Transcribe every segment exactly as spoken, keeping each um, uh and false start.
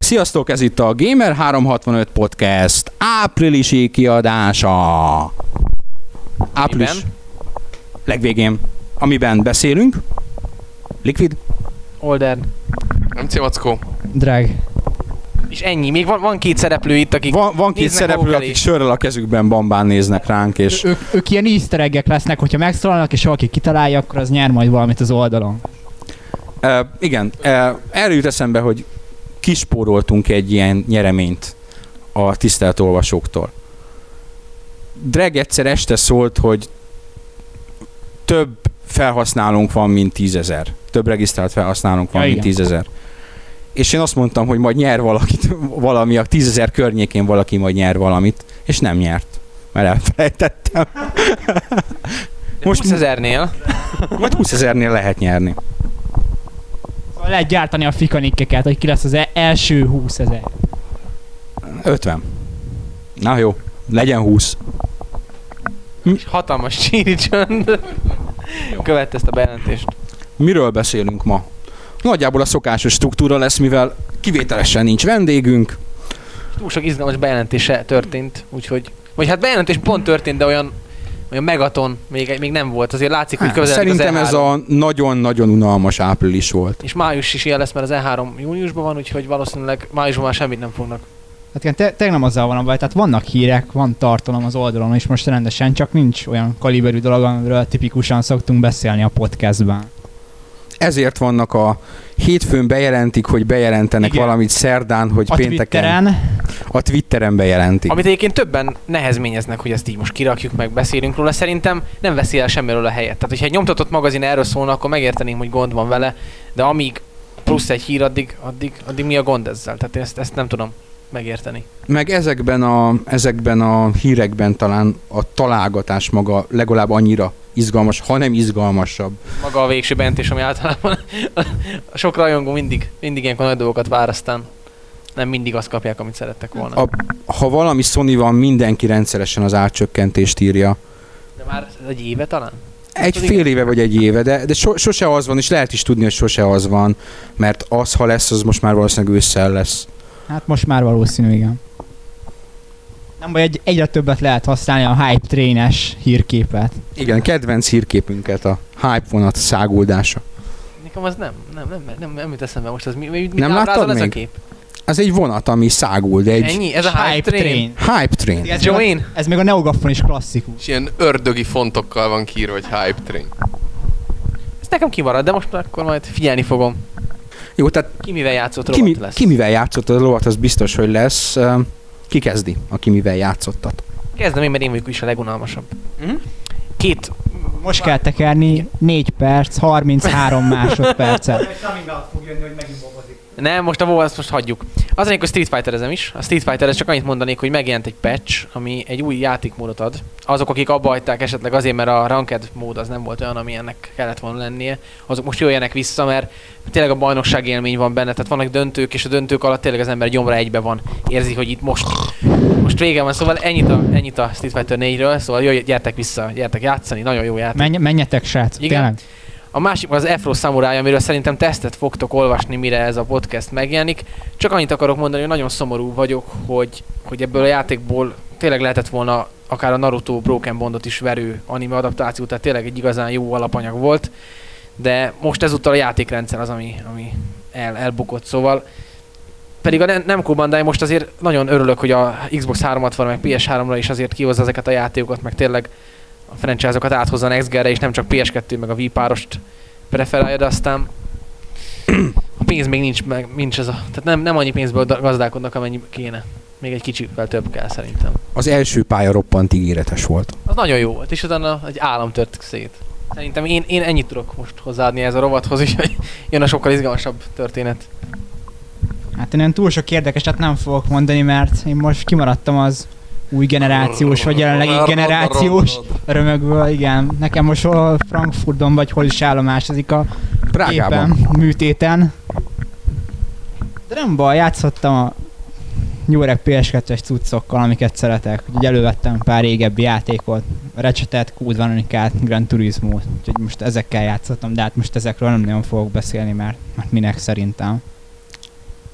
Sziasztok, ez itt a Gamer háromszázhatvanöt Podcast áprilisi kiadása. Április Amiben? legvégén, amiben beszélünk. Liquid. Older. em cé Mackó. Drag. És ennyi. Még van, van két szereplő itt, akik Van, van két szereplő, akik sörrel a kezükben bambán néznek ránk, és... Ők, ők ilyen easter egg-ek lesznek, hogyha megszólalnak, és valaki kitalálja, akkor az nyer majd valamit az oldalon. Uh, igen, uh, erről jut eszembe, hogy kispóroltunk egy ilyen nyereményt a tisztelt olvasóktól. Drag egyszer este szólt, hogy több felhasználónk van, mint tízezer. Több regisztrált felhasználónk van, Ja, mint igen. tízezer. És én azt mondtam, hogy majd nyer valakit, valami, a tízezer környékén valaki majd nyer valamit, és nem nyert, mert elfelejtettem. most húszezernél. Majd húszezernél lehet nyerni. Szóval lehet gyártani a fikanikkeket, hogy ki lesz az e- első húszezer. ötven. Na jó, legyen húsz. És hatalmas csíri csönd. Követte ezt a bejelentést. Miről beszélünk ma? Nagyjából a szokásos struktúra lesz, mivel kivételesen nincs vendégünk. Túl sok izgalmas bejelentése történt, úgyhogy... Vagy hát bejelentés pont történt, de olyan, olyan megaton még, még nem volt. Azért látszik, hogy közeledik az Szerintem E ez három. a nagyon-nagyon unalmas április volt. És május is ilyen lesz, mert az E három júniusban van, úgyhogy valószínűleg májusban már semmit nem fognak. Hát igen, te- tényleg nem azzal van a baj, tehát vannak hírek, van tartalom az oldalon is most rendesen, csak nincs olyan kaliberű dolog, amiről tipikusan szoktunk beszélni a podcastben. Ezért vannak a hétfőn bejelentik, hogy bejelentenek Igen. valamit, szerdán, hogy A pénteken. Twitteren, A Twitteren bejelentik. Amit egyébként többen nehezményeznek, hogy ezt így most kirakjuk, meg beszélünk róla, szerintem nem veszi el semmiről a helyet. Tehát, hogyha egy nyomtatott magazin erről szólna, akkor megérteném, hogy gond van vele, de amíg plusz egy hír, addig, addig, addig mi a gond ezzel? Tehát én ezt, ezt nem tudom megérteni. Meg ezekben a, ezekben a hírekben talán a találgatás maga legalább annyira izgalmas, ha nem izgalmasabb. Maga a végső bejelentés, ami általában a sok rajongó mindig, mindig ilyenkor nagy dolgokat vár, aztán nem mindig azt kapják, amit szerettek volna. A, ha valami Sony van, mindenki rendszeresen az árcsökkentést írja. De már egy éve talán? Egy Hát, fél igen. éve vagy egy éve, de, de so, sose az van, és lehet is tudni, hogy sose az van, mert az, ha lesz, az most már valószínűleg ősszel lesz. hát most már valószínű, igen. Nem baj, egy, egyre többet lehet használni a Hype Train-es hírképet. Igen, kedvenc hírképünket, a Hype vonat száguldása. Nekem az nem, nem, nem, nem, nem, nem jut eszembe most, az mi, mi, mi Nem ábrázol láttad ez még? a kép? Az egy vonat, ami szágul, de egy Ennyi? Ez a Hype Train? Hype Train. Ez, még a, Join? ez még a Neogafon is klasszikus. És ilyen ördögi fontokkal van kiírva, hogy Hype Train. Ez nekem kimarad, de most akkor majd figyelni fogom. Jó, tehát Ki mivel játszott ki, rovat mi, lesz. ki mivel játszott a lovat, az biztos, hogy lesz. Ki kezdi, aki mivel játszottat? Kezdem én, mert én vagyok is a legunalmasabb. Mhm. Két... Most kell tekerni négy perc, harminchárom másodpercet. Nem, most a WoW azt most hagyjuk. Az ennél, hogy Street Fighter-ezem is. A Street Fighter-ez csak annyit mondanék, hogy megjelent egy patch, ami egy új játékmódot ad. Azok, akik abba hagyták esetleg azért, mert a ranked mód az nem volt olyan, ami ennek kellett volna lennie, azok most jöjjenek vissza, mert tényleg a bajnokság élmény van benne, tehát vannak döntők, és a döntők alatt tényleg az ember gyomra egybe van. Érzi, hogy itt most, most vége van. Szóval ennyit a, ennyit a Street Fighter négyről, szóval jöjj, gyertek vissza, gyertek játszani, nagyon jó játék. Menj, menjetek, srácok, Igen. tényleg. A másik az Afro Samurai, amiről szerintem tesztet fogtok olvasni, mire ez a podcast megjelenik. Csak annyit akarok mondani, hogy nagyon szomorú vagyok, hogy, hogy ebből a játékból tényleg lehetett volna akár a Naruto Broken Bondot is verő anime adaptáció, tehát tényleg egy igazán jó alapanyag volt. De most ezúttal a játékrendszer az, ami, ami el, elbukott, szóval pedig a Namco Bandai most azért nagyon örülök, hogy a Xbox háromszázhatvan meg P S háromra is azért kihozza ezeket a játékokat, meg tényleg a franchise-okat áthozza a Next Gen-re, és nem csak P S kettő meg a Wii párost preferálja, de aztán a pénz még nincs, meg, nincs ez a... Tehát nem, nem annyi pénzből gazdálkodnak, amennyi kéne. Még egy kicsivel több kell szerintem. Az első pálya roppant ígéretes volt. Az nagyon jó volt, és utána egy állam tört szét. Szerintem én, én ennyit tudok most hozzáadni ez a rovathoz, úgyhogy jön a sokkal izgalmasabb történet. Hát én olyan túl sok érdekeset nem fogok mondani, mert én most kimaradtam az új generációs, vagy jelenlegi generációs örömökből, igen. Nekem most hol Frankfurtban, vagy hol is állomásozik a Prágában. gépen, műtéten. De nem baj, játszottam a jó öreg P S kettes cuccokkal, amiket szeretek. Úgyhogy elővettem pár régebbi játékot, Ratchetet, Code Veronicát, Gran Turismo-t. Úgyhogy most ezekkel játszottam, de hát most ezekről nem nagyon fogok beszélni, mert, mert minek szerintem.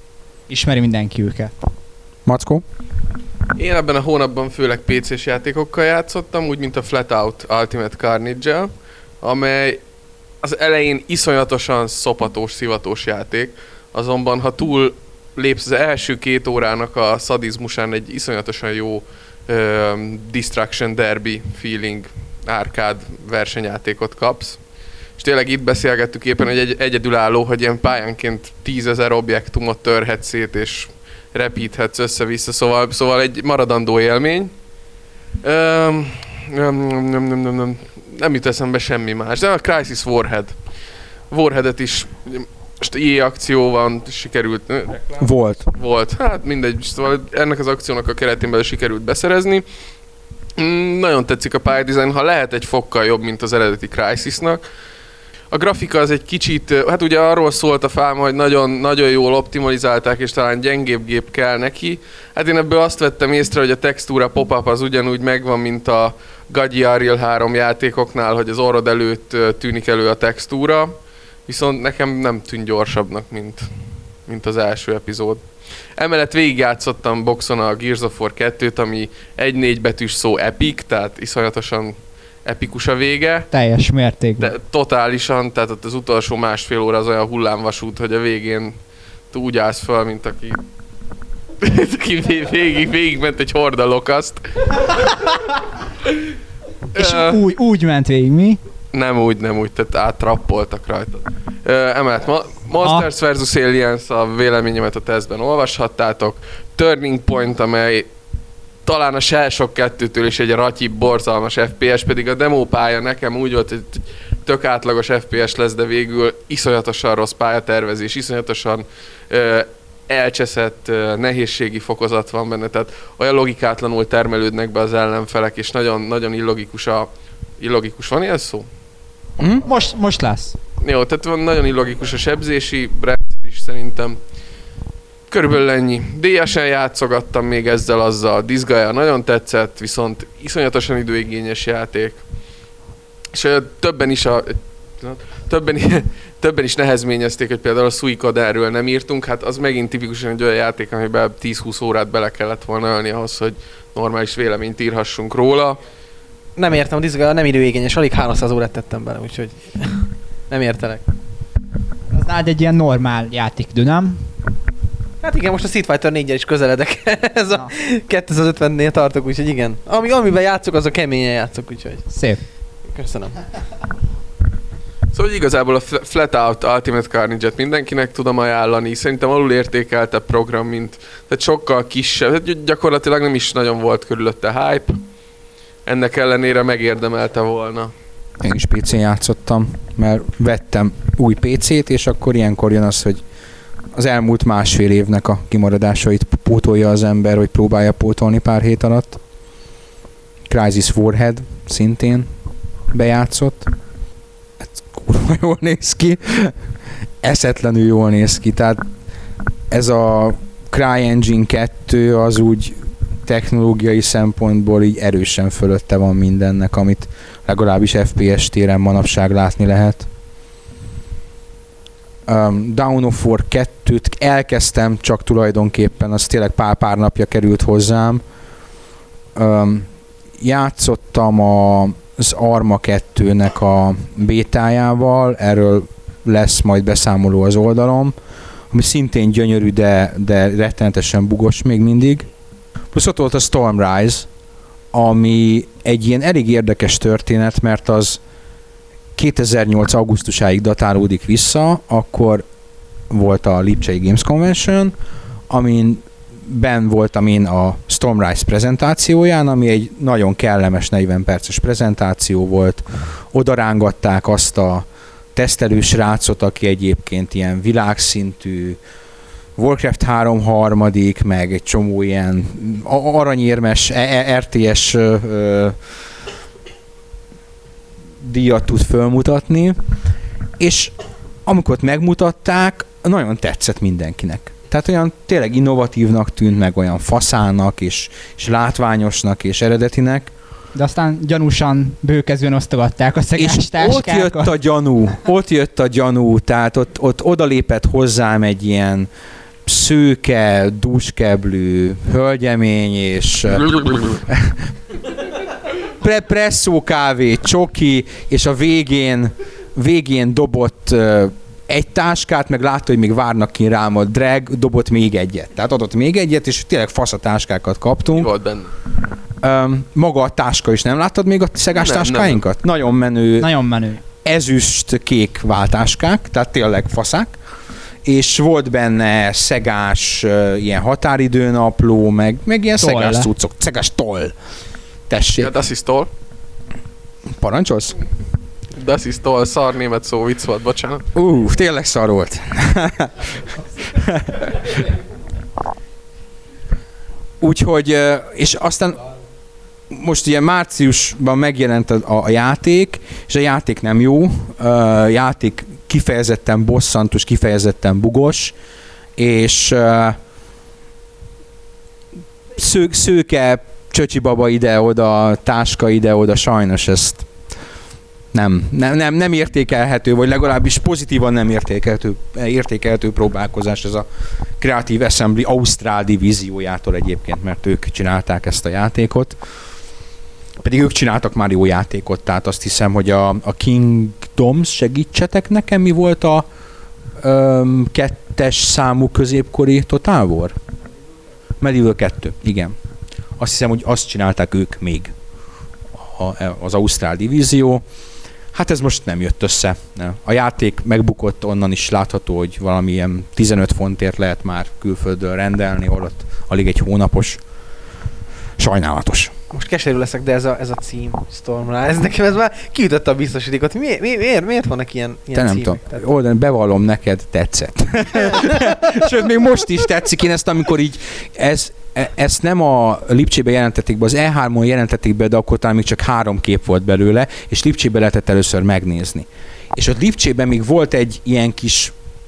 Ismeri mindenki őket. Mackó? Én ebben a hónapban főleg pé cés játékokkal játszottam, úgy mint a Flatout Ultimate Carnage-el, amely az elején iszonyatosan szopatós, szivatós játék, azonban ha túl lépsz az első két órának a szadizmusán, egy iszonyatosan jó uh, Destruction Derby feeling árkád versenyjátékot kapsz. És tényleg itt beszélgettük éppen, hogy egy egyedülálló, hogy ilyen pályánként tízezer objektumot törhetsz szét, és repíthetsz össze-vissza, szóval, szóval egy maradandó élmény. Um, nem, nem, nem, nem, nem, nem, nem jut eszembe semmi más, de a Crysis Warhead. Warheadet is most i akció van, sikerült... Reklám? Volt. Volt, hát mindegy, szóval ennek az akciónak a keretén belül sikerült beszerezni. Mm, nagyon tetszik a pályadizájn, ha lehet egy fokkal jobb, mint az eredeti Crysisnak. A grafika az egy kicsit, hát ugye arról szólt a fám, hogy nagyon, nagyon jól optimalizálták, és talán gyengébb gép kell neki. Hát én ebből azt vettem észre, hogy a textúra pop-up az ugyanúgy megvan, mint a Gaggy Unreal három játékoknál, hogy az orrod előtt tűnik elő a textúra. Viszont nekem nem tűnt gyorsabbnak, mint, mint az első epizód. Emellett végigjátszottam boxon a Gears of War kettőt, ami egy négy betűs szó epic, tehát iszonyatosan epikus a vége. Teljes mértékben. De totálisan, tehát ott az utolsó másfél óra az olyan hullámvasút, hogy a végén úgy állsz fel, mint aki, aki végig, végig ment egy horda lokaszt. És uh, úgy, úgy ment végig, mi? Nem úgy, nem úgy, tehát áttrappoltak rajta. Uh, emellett ma- Monsters ah. versus. Aliens, a véleményemet a tesztben olvashattátok. Turning Point, amely talán a Shell Shock kettőtől is egy ratyibb, borzalmas ef pé es, pedig a demópálya nekem úgy volt, hogy tök átlagos ef pé es lesz, de végül iszonyatosan rossz pályatervezés, iszonyatosan uh, elcseszett uh, nehézségi fokozat van benne, tehát olyan logikátlanul termelődnek be az ellenfelek, és nagyon, nagyon illogikus a... Illogikus, van ilyen szó? Mm? Most, most lesz. Jó, tehát van nagyon illogikus a sebzési rendszer is szerintem. Körülbelül ennyi. dé es-en játszogattam még ezzel, azzal. Disgaea nagyon tetszett, viszont iszonyatosan időigényes játék. És uh, többen is a... Többen, többen is nehezményezték, hogy például a Suikoderről nem írtunk, hát az megint tipikusan egy olyan játék, amiben tíz-húsz órát bele kellett volna ölni ahhoz, hogy normális véleményt írhassunk róla. Nem értem, a Disgaea nem időigényes, alig háromszáz órát tettem bele, úgyhogy nem értelek. Az nálad egy ilyen normál játékidő, nem? Hát igen, most a Street Fighter négyel is közeledek. Ez a kétszázötvennél tartok, úgyhogy igen. Ami, amiben játszok, az a keményen játszok, úgyhogy. Szép. Köszönöm. Szóval hogy igazából a Flatout Ultimate Carnage-et mindenkinek tudom ajánlani. Szerintem alul értékeltebb program, mint... Tehát sokkal kisebb. Tehát gyakorlatilag nem is nagyon volt körülötte hype. Ennek ellenére megérdemelte volna. Én is pé cén játszottam, mert vettem új pé cét, és akkor ilyenkor jön az, hogy az elmúlt másfél évnek a kimaradásait pótolja az ember, hogy próbálja pótolni pár hét alatt. Crysis Warhead szintén bejátszott. Ez kurva jól néz ki. Eszetlenül jól néz ki. Tehát ez a CryEngine kettő az úgy technológiai szempontból így erősen fölötte van mindennek, amit legalábbis ef pé es téren manapság látni lehet. Um, Dawn of War kettőt elkezdtem, csak tulajdonképpen az tényleg pár, pár napja került hozzám. Um, játszottam a, az Arma kettőnek a bétájával, erről lesz majd beszámoló az oldalom, ami szintén gyönyörű, de, de rettenetesen bugos még mindig. Plusz ott volt a Stormrise, ami egy ilyen elég érdekes történet, mert az kétezer-nyolc augusztusáig datálódik vissza, akkor volt a Lipcsei Games Convention, amin benn voltam én a Stormrise prezentációján, ami egy nagyon kellemes negyven perces prezentáció volt. Oda rángatták azt a tesztelős srácot, aki egyébként ilyen világszintű Warcraft három harmadik, meg egy csomó ilyen aranyérmes er té es ö, díjat tud fölmutatni, és amikor megmutatták, nagyon tetszett mindenkinek. Tehát olyan tényleg innovatívnak tűnt, meg olyan faszának, és, és látványosnak, és eredetinek. De aztán gyanúsan bőkezően osztogatták a szegás táskákat. És ott jött a gyanú, ott jött a gyanú, tehát ott, ott odalépett hozzám egy ilyen szőke, dúskeblű, hölgyemény és pre presszó kávé, csoki, és a végén, végén dobott uh, egy táskát, meg látta, hogy még várnak ki rám a drag, dobott még egyet. Tehát adott még egyet, és tényleg fasz a táskákat kaptunk. Mi volt benne? Um, maga a táska is, nem láttad még a szegás Nem, táskáinkat? Nem. Nagyon menő, Nagyon menő. ezüst-kék váltáskák, tehát tényleg faszák. És volt benne szegás, uh, ilyen határidőnapló, meg, meg ilyen Toll. szegás cuccok, szegás toll. Tessék, Ja, das ist toll. parancsolsz? Das ist toll. Szar német szó, vicc volt, bocsánat. Ú, tényleg szar volt. Úgyhogy, uh, és aztán most ugye márciusban megjelent a, a játék, és a játék nem jó, a játék kifejezetten bosszantos, kifejezetten bugos, és uh, sző, szőke, csöcsibaba ide-oda, táska ide-oda, sajnos ezt nem, nem, nem, nem értékelhető, vagy legalábbis pozitívan nem értékelhető, értékelhető próbálkozás ez a Creative Assembly Ausztrál divíziójától egyébként, mert ők csinálták ezt a játékot. Pedig ők csináltak már jó játékot, tehát azt hiszem, hogy a, a Kingdoms, segítsetek nekem, mi volt a öm, kettes számú középkori Total War? Medieval kettő, igen. Azt hiszem, hogy azt csinálták ők még, a, az Ausztrál divízió. Hát ez most nem jött össze. A játék megbukott, onnan is látható, hogy valamilyen tizenöt fontért lehet már külföldről rendelni, holott alig egy hónapos. Sajnálatos. Most keserű leszek, de ez a, ez a cím, Stormrise, nekem ez már kiütötte a biztosítékot. Mi, mi, miért, miért vannak ilyen, ilyen Te nem címek? tudom. Tehát... Oldani, bevallom neked, tetszett. Sőt, még most is tetszik. Én ezt, amikor így, ez, e, ezt nem a Lipcsébe jelentették be, az E hármon jelentették be, de akkor talán még csak három kép volt belőle, és Lipcsébe lehetett először megnézni. És ott Lipcsében még volt egy ilyen kis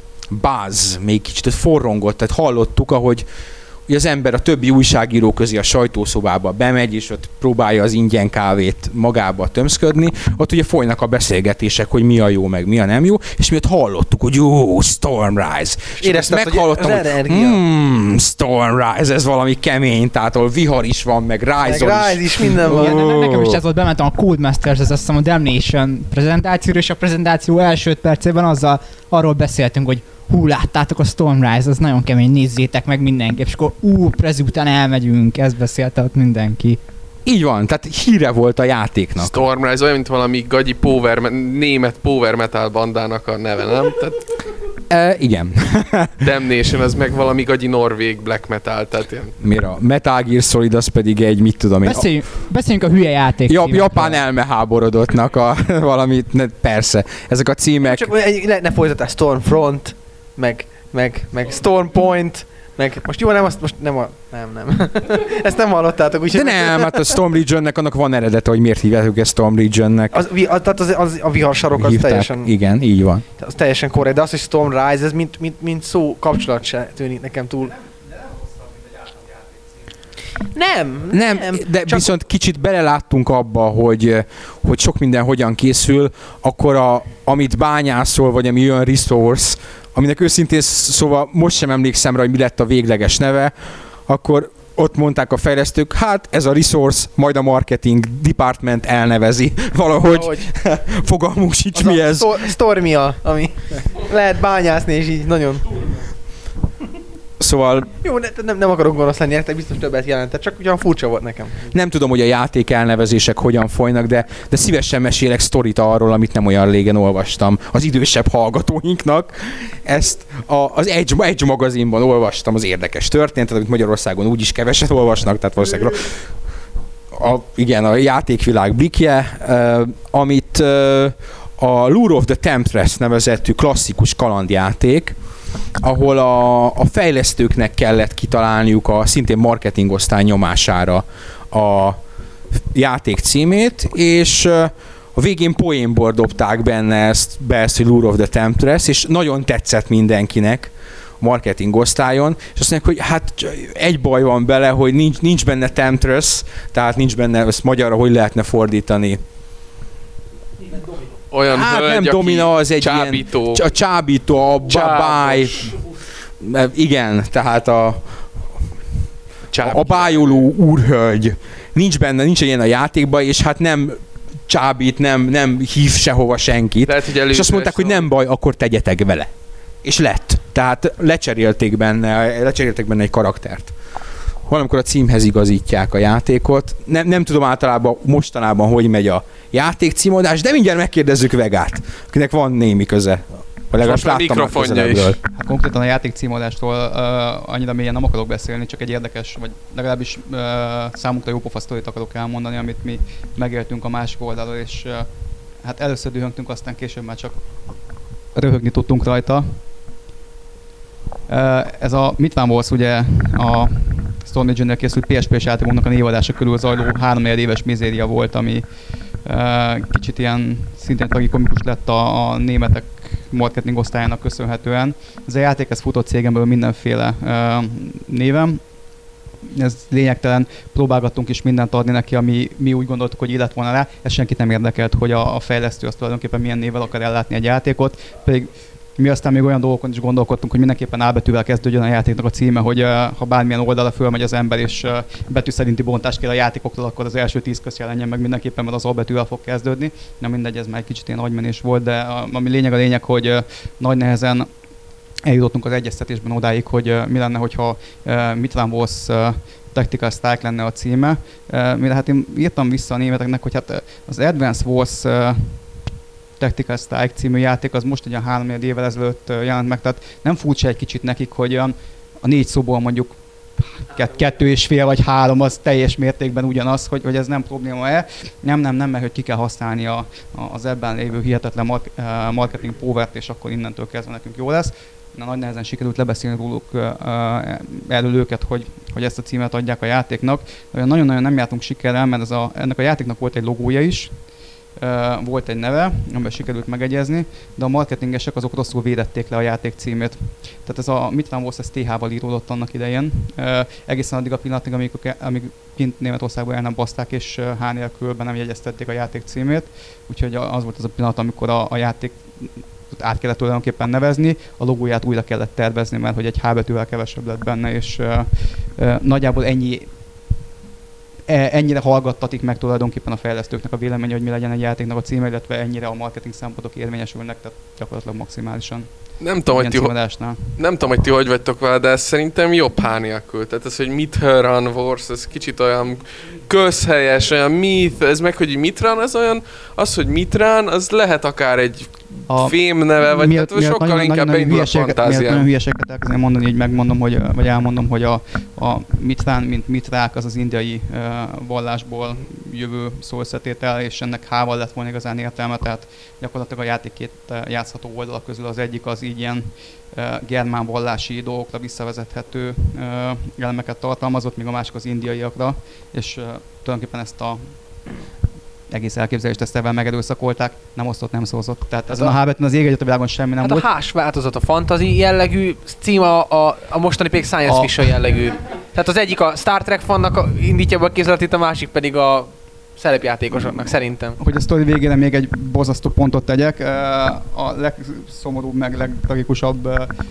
buzz, még kicsit forrongott, tehát hallottuk, ahogy hogy az ember a többi újságíró közé a sajtószobába bemegy, és ott próbálja az ingyen kávét magába tömszködni, ott ugye folynak a beszélgetések, hogy mi a jó, meg mi a nem jó, és mi ott hallottuk, hogy jó, Stormrise. És ezt meghallottam, hogy, hogy hmm, Stormrise, ez valami kemény, tehát ahol vihar is van, meg Rise-on Meg Rise is, minden van. Igen, ne- nekem is ez volt, bementem a Codemasters, ez azt hiszem a Damnation prezentációra, és a prezentáció első öt percében azzal arról beszéltünk, hogy hú, láttátok a Stormrise, az nagyon kemény, nézzétek meg mindenki, és akkor ú, prezi után elmegyünk, ezt beszélte ott mindenki. Így van, tehát híre volt a játéknak. Stormrise olyan, mint valami gagyi power, német power metal bandának a neve, nem? Tehát E, igen. Damnation, ez meg valami gagyi norvég black metal, tehát ilyen. Miért a Metal Gear Solid az pedig egy, mit tudom én, Beszéljünk, beszéljünk a hülye játék Ja, címekről. japán elmeháborodottnak a valamit, ne, persze. Ezek a címek... Csak egy, ne, ne folytatás, Stormfront, meg, meg, meg Stormpoint, meg most jó, nem azt, most nem a, nem, nem. Ezt nem hallottátok, De úgyhogy... nem, hát a Storm Legionnek annak van eredete, hogy miért hívják ezt Storm Legionnek. Az, vi- az, tehát az, az, a viharsarok az Hívták. teljesen, Igen, így van. az teljesen korrekt, de az, hogy Stormrise, ez mint, mint, mint szó kapcsolat se tűnik nekem túl. Nem, Nem, nem. de Csak viszont kicsit beleláttunk abba, hogy, hogy sok minden hogyan készül, akkor a, amit bányászol, vagy ami olyan resource, aminek őszintén szóval most sem emlékszem rá, hogy mi lett a végleges neve, akkor ott mondták a fejlesztők, hát ez a resource, majd a marketing department elnevezi. Valahogy Ahogy. fogalmunk sincs, az mi a ez. Stor- Stormia, ami lehet bányászni, és így nagyon... Szóval Jó, ne, nem, nem akarok gonosz lenni, te biztos többet jelentett, csak ugyan furcsa volt nekem. nem tudom, hogy a játék elnevezések hogyan folynak, de, de szívesen mesélek sztorit arról, amit nem olyan régen olvastam az idősebb hallgatóinknak. Ezt a, az Edge, Edge magazinban olvastam az érdekes történetet, amit Magyarországon úgyis keveset olvasnak, tehát valószínűleg a, igen, a játékvilág blikje, uh, amit uh, a Lure of the Temptress nevezetű klasszikus kalandjáték, ahol a, a fejlesztőknek kellett kitalálniuk a szintén marketingosztály nyomására a játék címét, és a végén poénból dobták benne ezt, be ezt, hogy Lure of the Temptress, és nagyon tetszett mindenkinek a marketingosztályon, és azt mondják, hogy hát egy baj van bele, hogy nincs, nincs benne Temptress, tehát nincs benne, ezt magyarra hogy lehetne fordítani. Olyan Hát hölgy, nem aki domina, az egy csábító. ilyen a csábító, a babáj, Igen, tehát a, Csábítja. a bájoló úrhölgy nincs benne, nincs ilyen a játékban, és hát nem csábít, nem, nem hív sehova senkit. Lehet, hogy És azt mondták, hogy nem baj, akkor tegyetek vele. És lett. Tehát lecserélték benne, lecserélték benne egy karaktert. Valamikor a címhez igazítják a játékot. Nem, nem tudom általában mostanában, hogy megy a játékcímadás, de mindjárt megkérdezzük Vegát, akinek van némi köze. Vagy legalábbis Most a láttam már mikrofonja is. közelebbről. Hát konkrétan a játék címadástól uh, annyira mélyen nem akarok beszélni, csak egy érdekes, vagy legalábbis uh, számunkra jó pofa sztorit akarok elmondani, amit mi megéltünk a másik oldalról, és uh, hát először dühöngtünk, aztán később már csak röhögni tudtunk rajta. Uh, ez a Mitván Wars ugye a Storm Legion-nél készült pé es pés játékunknak a névadása körül zajló három éves mizéria volt, ami uh, kicsit ilyen szintén tragikomikus lett a, a németek marketing osztályának köszönhetően. Ez a játék, ez futott cégemből mindenféle uh, névem. Ez lényegtelen, próbálgattunk is mindent adni neki, ami mi úgy gondoltuk, hogy illet volna rá. Ez senkit nem érdekelt, hogy a, a fejlesztő azt tulajdonképpen milyen névvel akar ellátni egy játékot. Pedig mi aztán még olyan dolgokon is gondolkodtunk, hogy mindenképpen A betűvel kezdődjön a játéknak a címe, hogy uh, ha bármilyen oldalra fölmegy az ember és uh, betű szerinti bontást kér a játékoktól, akkor az első tíz közt jelenjen meg mindenképpen, mert az A betűvel fog kezdődni. Na mindegy, ez már egy kicsit ilyen agymenés volt, de a, ami lényeg a lényeg, hogy uh, nagy nehezen eljutottunk az egyeztetésben odáig, hogy uh, mi lenne, hogyha uh, Mitván Wars uh, Tactical Strike lenne a címe. Uh, mire hát én írtam vissza a németeknek, hogy hát uh, az Advance Wars uh, Tactical Strike című játék az most egy három évvel ezelőtt jelent meg, tehát nem furcsa egy kicsit nekik, hogy a négy szóból mondjuk kettő és fél vagy három az teljes mértékben ugyanaz, hogy, hogy ez nem probléma-e. Nem, nem, nem, mert hogy ki kell használni a, a, az ebben lévő hihetetlen mark, marketing powert, és akkor innentől kezdve nekünk jó lesz. Na, nagy nehezen sikerült lebeszélni róluk uh, erről őket, hogy, hogy ezt a címet adják a játéknak. Nagyon-nagyon nem jártunk sikerrel, mert ez a, ennek a játéknak volt egy logója is, Uh, volt egy neve, amiben sikerült megegyezni, de a marketingesek azok rosszul védették le a játék címét. Tehát ez a Mitván Wars, ez té há-val íródott annak idején, uh, egészen addig a pillanatig, amíg, amíg kint Németországban el nem baszták, és uh, H nélkül be nem jegyeztették a játék címét, úgyhogy az volt az a pillanat, amikor a, a játék át kellett tulajdonképpen nevezni, a logóját újra kellett tervezni, mert hogy egy H betűvel kevesebb lett benne, és uh, uh, nagyjából ennyi ennyire hallgattatik meg tulajdonképpen a fejlesztőknek a véleménye, hogy mi legyen egy játéknak a címe, illetve ennyire a marketing szempontok érvényesülnek, tehát gyakorlatilag maximálisan. Nem tudom, hogy ti, nem tudom, hogy ti hogy vagytok vele, de ez szerintem jobb H nélkül. Tehát ez, hogy Mithran Wars, ez kicsit olyan közhelyes, olyan myth, ez meg, hogy Mithran, ez olyan, az, hogy Mithran, az lehet akár egy a fém neve, vagy miatt, tehát miatt sokkal nagyon, inkább beindul a fantáziám. Nagyon hülyeséget elkezdeni mondani, így megmondom, hogy, vagy elmondom, hogy a, a Mithran, mint Mithrák, az az indiai uh, vallásból jövő szószetétel, és ennek H-val lett volna igazán értelme, tehát gyakorlatilag a játék két uh, játszható oldalak közül az egyik az így ilyen uh, germán vallási dolgokra visszavezethető uh, elemeket tartalmazott, míg a másik az indiaiakra, és uh, tulajdonképpen ezt a egész elképzelést ezt ebben megerőszakolták, nem osztott, nem szózott. Tehát ezen a H-betűn az ég egyet a világon semmi nem hát volt. Hát a H-s változat a fantasy jellegű, cím a, a, a mostani pedig science fiction jellegű. Tehát az egyik a Star Trek fannak a, indítja be a kézletét, a másik pedig a szerepjátékosoknak, szerintem. Hogy a sztori végére még egy borzasztó pontot tegyek, a legszomorúbb, meg legtragikusabb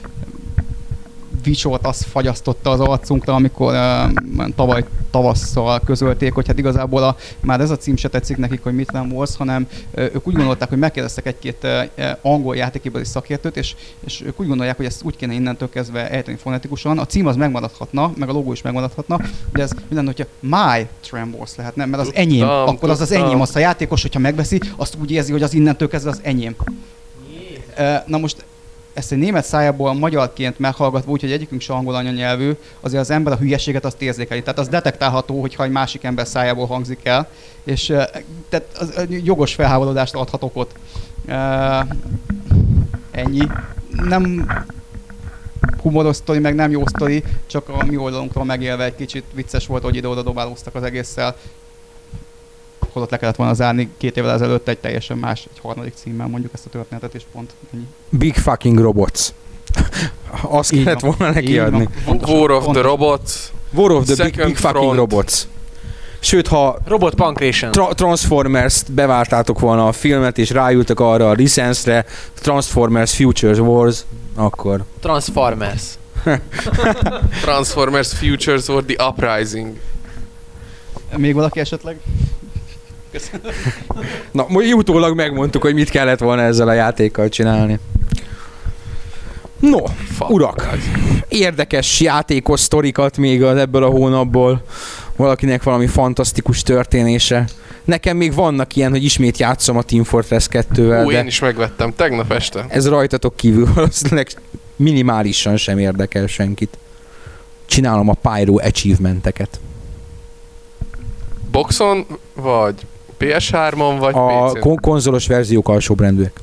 vicsort azt fagyasztotta az arcunkra, amikor uh, tavaly tavasszal közölték, hogy hát igazából a, már ez a cím se tetszik nekik, hogy Mitván Wars, hanem uh, ők úgy gondolták, hogy megkérdeztek egy-két uh, angol játékibeli szakértőt, és, és ők úgy gondolják, hogy ezt úgy kéne innentől kezdve ejteni fonetikusan. A cím az megmaradhatna, meg a logó is megmaradhatna, de ez mi lenne, hogyha My Tram Wars lehetne, mert az enyém, tudtam, akkor az az enyém, azt a játékos, hogyha megveszi, azt úgy érzi, hogy az innentől kezdve az enyém. Uh, na most ezt egy német szájából magyarként meghallgatva úgy, hogy egyikünk se angol anyanyelvű, azért az ember a hülyeséget azt érzékeli. Tehát az detektálható, hogyha egy másik ember szájából hangzik el, és uh, tehát az, jogos felháborodást adhat okot. Uh, ennyi. Nem humoros sztori, meg nem jó sztori, csak a mi oldalunkról megélve egy kicsit vicces volt, hogy ide-oda dobálóztak az egésszel. Holott le kellett volna zárni két évvel ezelőtt egy teljesen más, egy harmadik címmel mondjuk ezt a történetet, és pont ennyi. Big fucking robots. Azt így kellett volna neki adni. War of the Robots. War of the Big, big fucking robots. Sőt, ha Robot Pancration. Tra- Transformers-t beváltátok volna a filmet, és ráültek arra a licenszre, Transformers Future Wars, akkor... Transformers. Transformers Futures or the Uprising. Még valaki esetleg? Na, most utólag megmondtuk, hogy mit kellett volna ezzel a játékkal csinálni. No, Fuck. urak, érdekes játékos sztorikat még az ebből a hónapból. Valakinek valami fantasztikus történése. Nekem még vannak ilyen, hogy ismét játszom a Team Fortress kettővel, Ó, de én is megvettem tegnap este. ez rajtatok kívül valószínűleg minimálisan sem érdekel senkit. Csinálom a Pyro achievementeket. Boxon, vagy pé es hármon, vagy A pé cén? kon- konzolos verziók alsóbrendűek.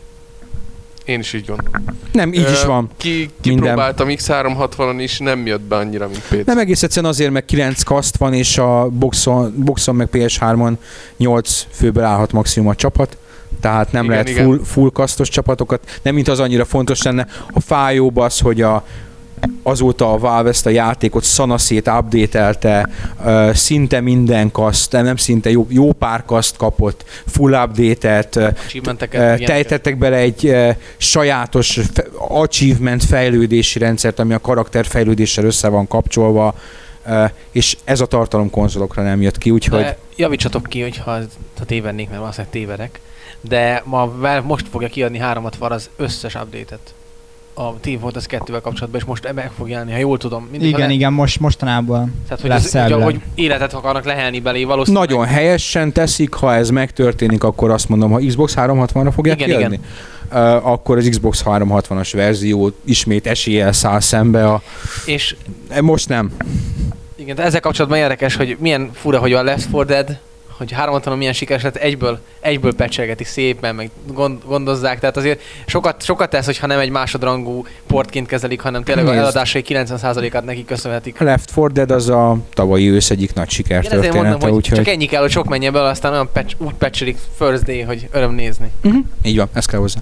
Én is így gondolom. Nem, így Ö, is van. Ki, kipróbáltam iksz háromszázhatvanon is, nem jött be annyira, mint pé cén. Nem egész egyszerűen azért, meg kilenc kaszt van, és a boxon, boxon meg pé es hármon nyolc főből állhat maximum a csapat. Tehát nem Igen, lehet igen. full, full kasztos csapatokat. Nem, mint az annyira fontos lenne. A fájóbb az, hogy a, azóta a Valve ezt a játékot szanaszét update-elte, uh, szinte minden kaszt, nem szinte jó, jó pár kaszt kapott, full update-et, uh, Achievementeket, uh, tejtettek bele egy uh, sajátos fe- achievement fejlődési rendszert, ami a karakter fejlődéssel össze van kapcsolva, uh, és ez a tartalom konzolokra nem jött ki, úgyhogy De javítsatok ki, hogyha ha tévednék, mert valószínűleg tévedek. De ma Valve most fogja kiadni háromszázhatvan az összes update-et a Team Fortress kettővel kapcsolatban, és most meg fog jelenni, ha jól tudom. Mindig, Igen, ha le... igen, most mostanában Tehát, hogy, lesz az, hogy, elvileg. hogy életet akarnak lehelni belé, valószínűleg. nagyon helyesen teszik, ha ez megtörténik, akkor azt mondom, ha Xbox háromszázhatvanra fogják Igen, kiadni, Uh, akkor az Xbox háromszázhatvanas verzió ismét eséllyel száll szembe a... És Most nem. igen, de ezzel kapcsolatban érdekes, hogy milyen fura, hogy a Left four Dead, hogy háromszázhatvanon milyen sikeres lett, egyből, egyből patchelgetik szépen, meg gond, gondozzák, tehát azért sokat, sokat tesz, hogyha nem egy másodrangú portként kezelik, hanem tényleg Nézd. a eladásai kilencven százalékát neki köszönhetik. A Left four Dead az a tavalyi ősz egyik nagy Én ezért mondom, sikertörténete, hogy úgyhogy... csak ennyi kell, hogy sok menjen bele, aztán olyan patch, úgy patchelik first day, hogy öröm nézni. Uh-huh. Így van, ez kell hozzá.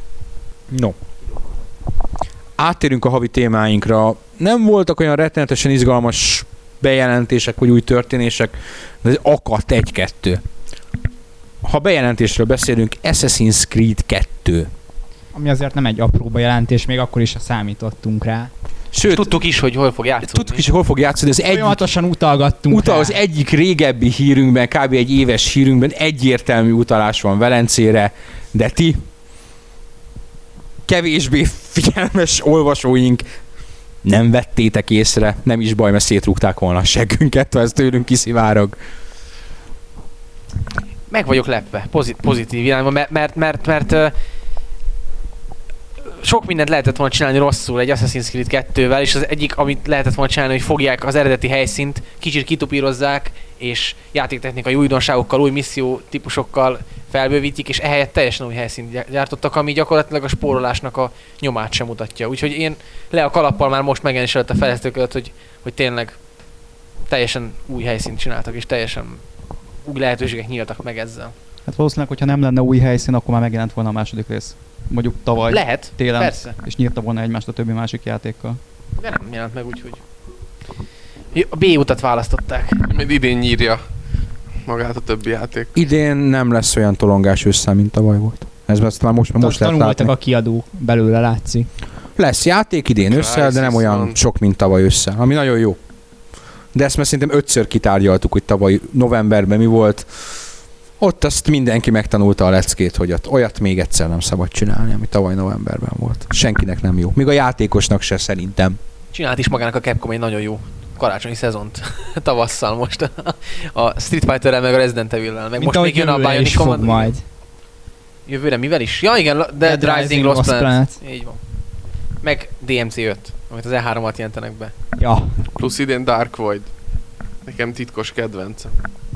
No. Áttérünk a havi témáinkra. Nem voltak olyan rettenetesen izgalmas bejelentések, vagy új történések, de akadt egy-kettő. Ha bejelentésről beszélünk, Assassin's Creed kettő. Ami azért nem egy apró bejelentés, még akkor is számítottunk rá. Sőt, Tudtuk is, hogy hol fog játszódni. tudtuk is, hogy hol fog játszani, az egyik, Folyamatosan utalgattunk utal, rá. az egyik régebbi hírünkben, kb. Egy éves hírünkben egyértelmű utalás van Velencére, de ti kevésbé figyelmes olvasóink nem vettétek észre, nem is baj, mert szétrúgták volna a seggünket, ha ez tőlünk kiszivárog. Meg vagyok lepve, pozit- pozitív irányban, mert, mert, mert, mert ö, sok mindent lehetett volna csinálni rosszul egy Assassin's Creed kettővel, és az egyik, amit lehetett volna csinálni, hogy fogják az eredeti helyszínt, kicsit kitupírozzák, és játéktechnikai újdonságokkal, új misszió típusokkal felbővítik, és ehelyett teljesen új helyszínt gy- gyártottak, ami gyakorlatilag a spórolásnak a nyomát sem mutatja. Úgyhogy én le a kalappal már most megjelenés előtt a fejlesztők előtt, hogy, hogy tényleg teljesen új helyszínt csináltak, és teljesen új lehetőségek nyíltak meg ezzel. Hát valószínűleg, hogyha nem lenne új helyszín, akkor már megjelent volna a második rész. Mondjuk tavaly Lehet, télen, persze, és nyírta volna egymást a többi másik játékkal. de nem jelent meg úgy, hogy a B utat választották. Majd idén nyírja magát a többi játék. Idén nem lesz olyan tolongás össze, mint tavaly volt. Ez most már most, most lehet Tanultak látni. a kiadók belőle, látszik. Lesz játék idén össze, de nem Crysis olyan van. sok, mint tavaly össze, ami nagyon jó. De ezt már szerintem ötször kitárgyaltuk, hogy tavaly novemberben mi volt. Ott azt mindenki megtanulta a leckét, hogy ott olyat még egyszer nem szabad csinálni, ami tavaly novemberben volt. Senkinek nem jó. Még a játékosnak se szerintem. Csinált is magának a Capcom egy nagyon jó karácsonyi szezont tavasszal most a Street Fighterrel meg a Resident Evil-rel, meg Mint most ahogy még jön a jövőre is Bionic fog Commando. majd. Jövőre mivel is? Ja igen, la- Dead, Dead Rising, Rising, Lost, Lost Planet. Planet. Így van. Meg D M C öt, amit az E három-at jelentenek be. Ja, Plusz idén Dark Void. Nekem titkos kedvencem.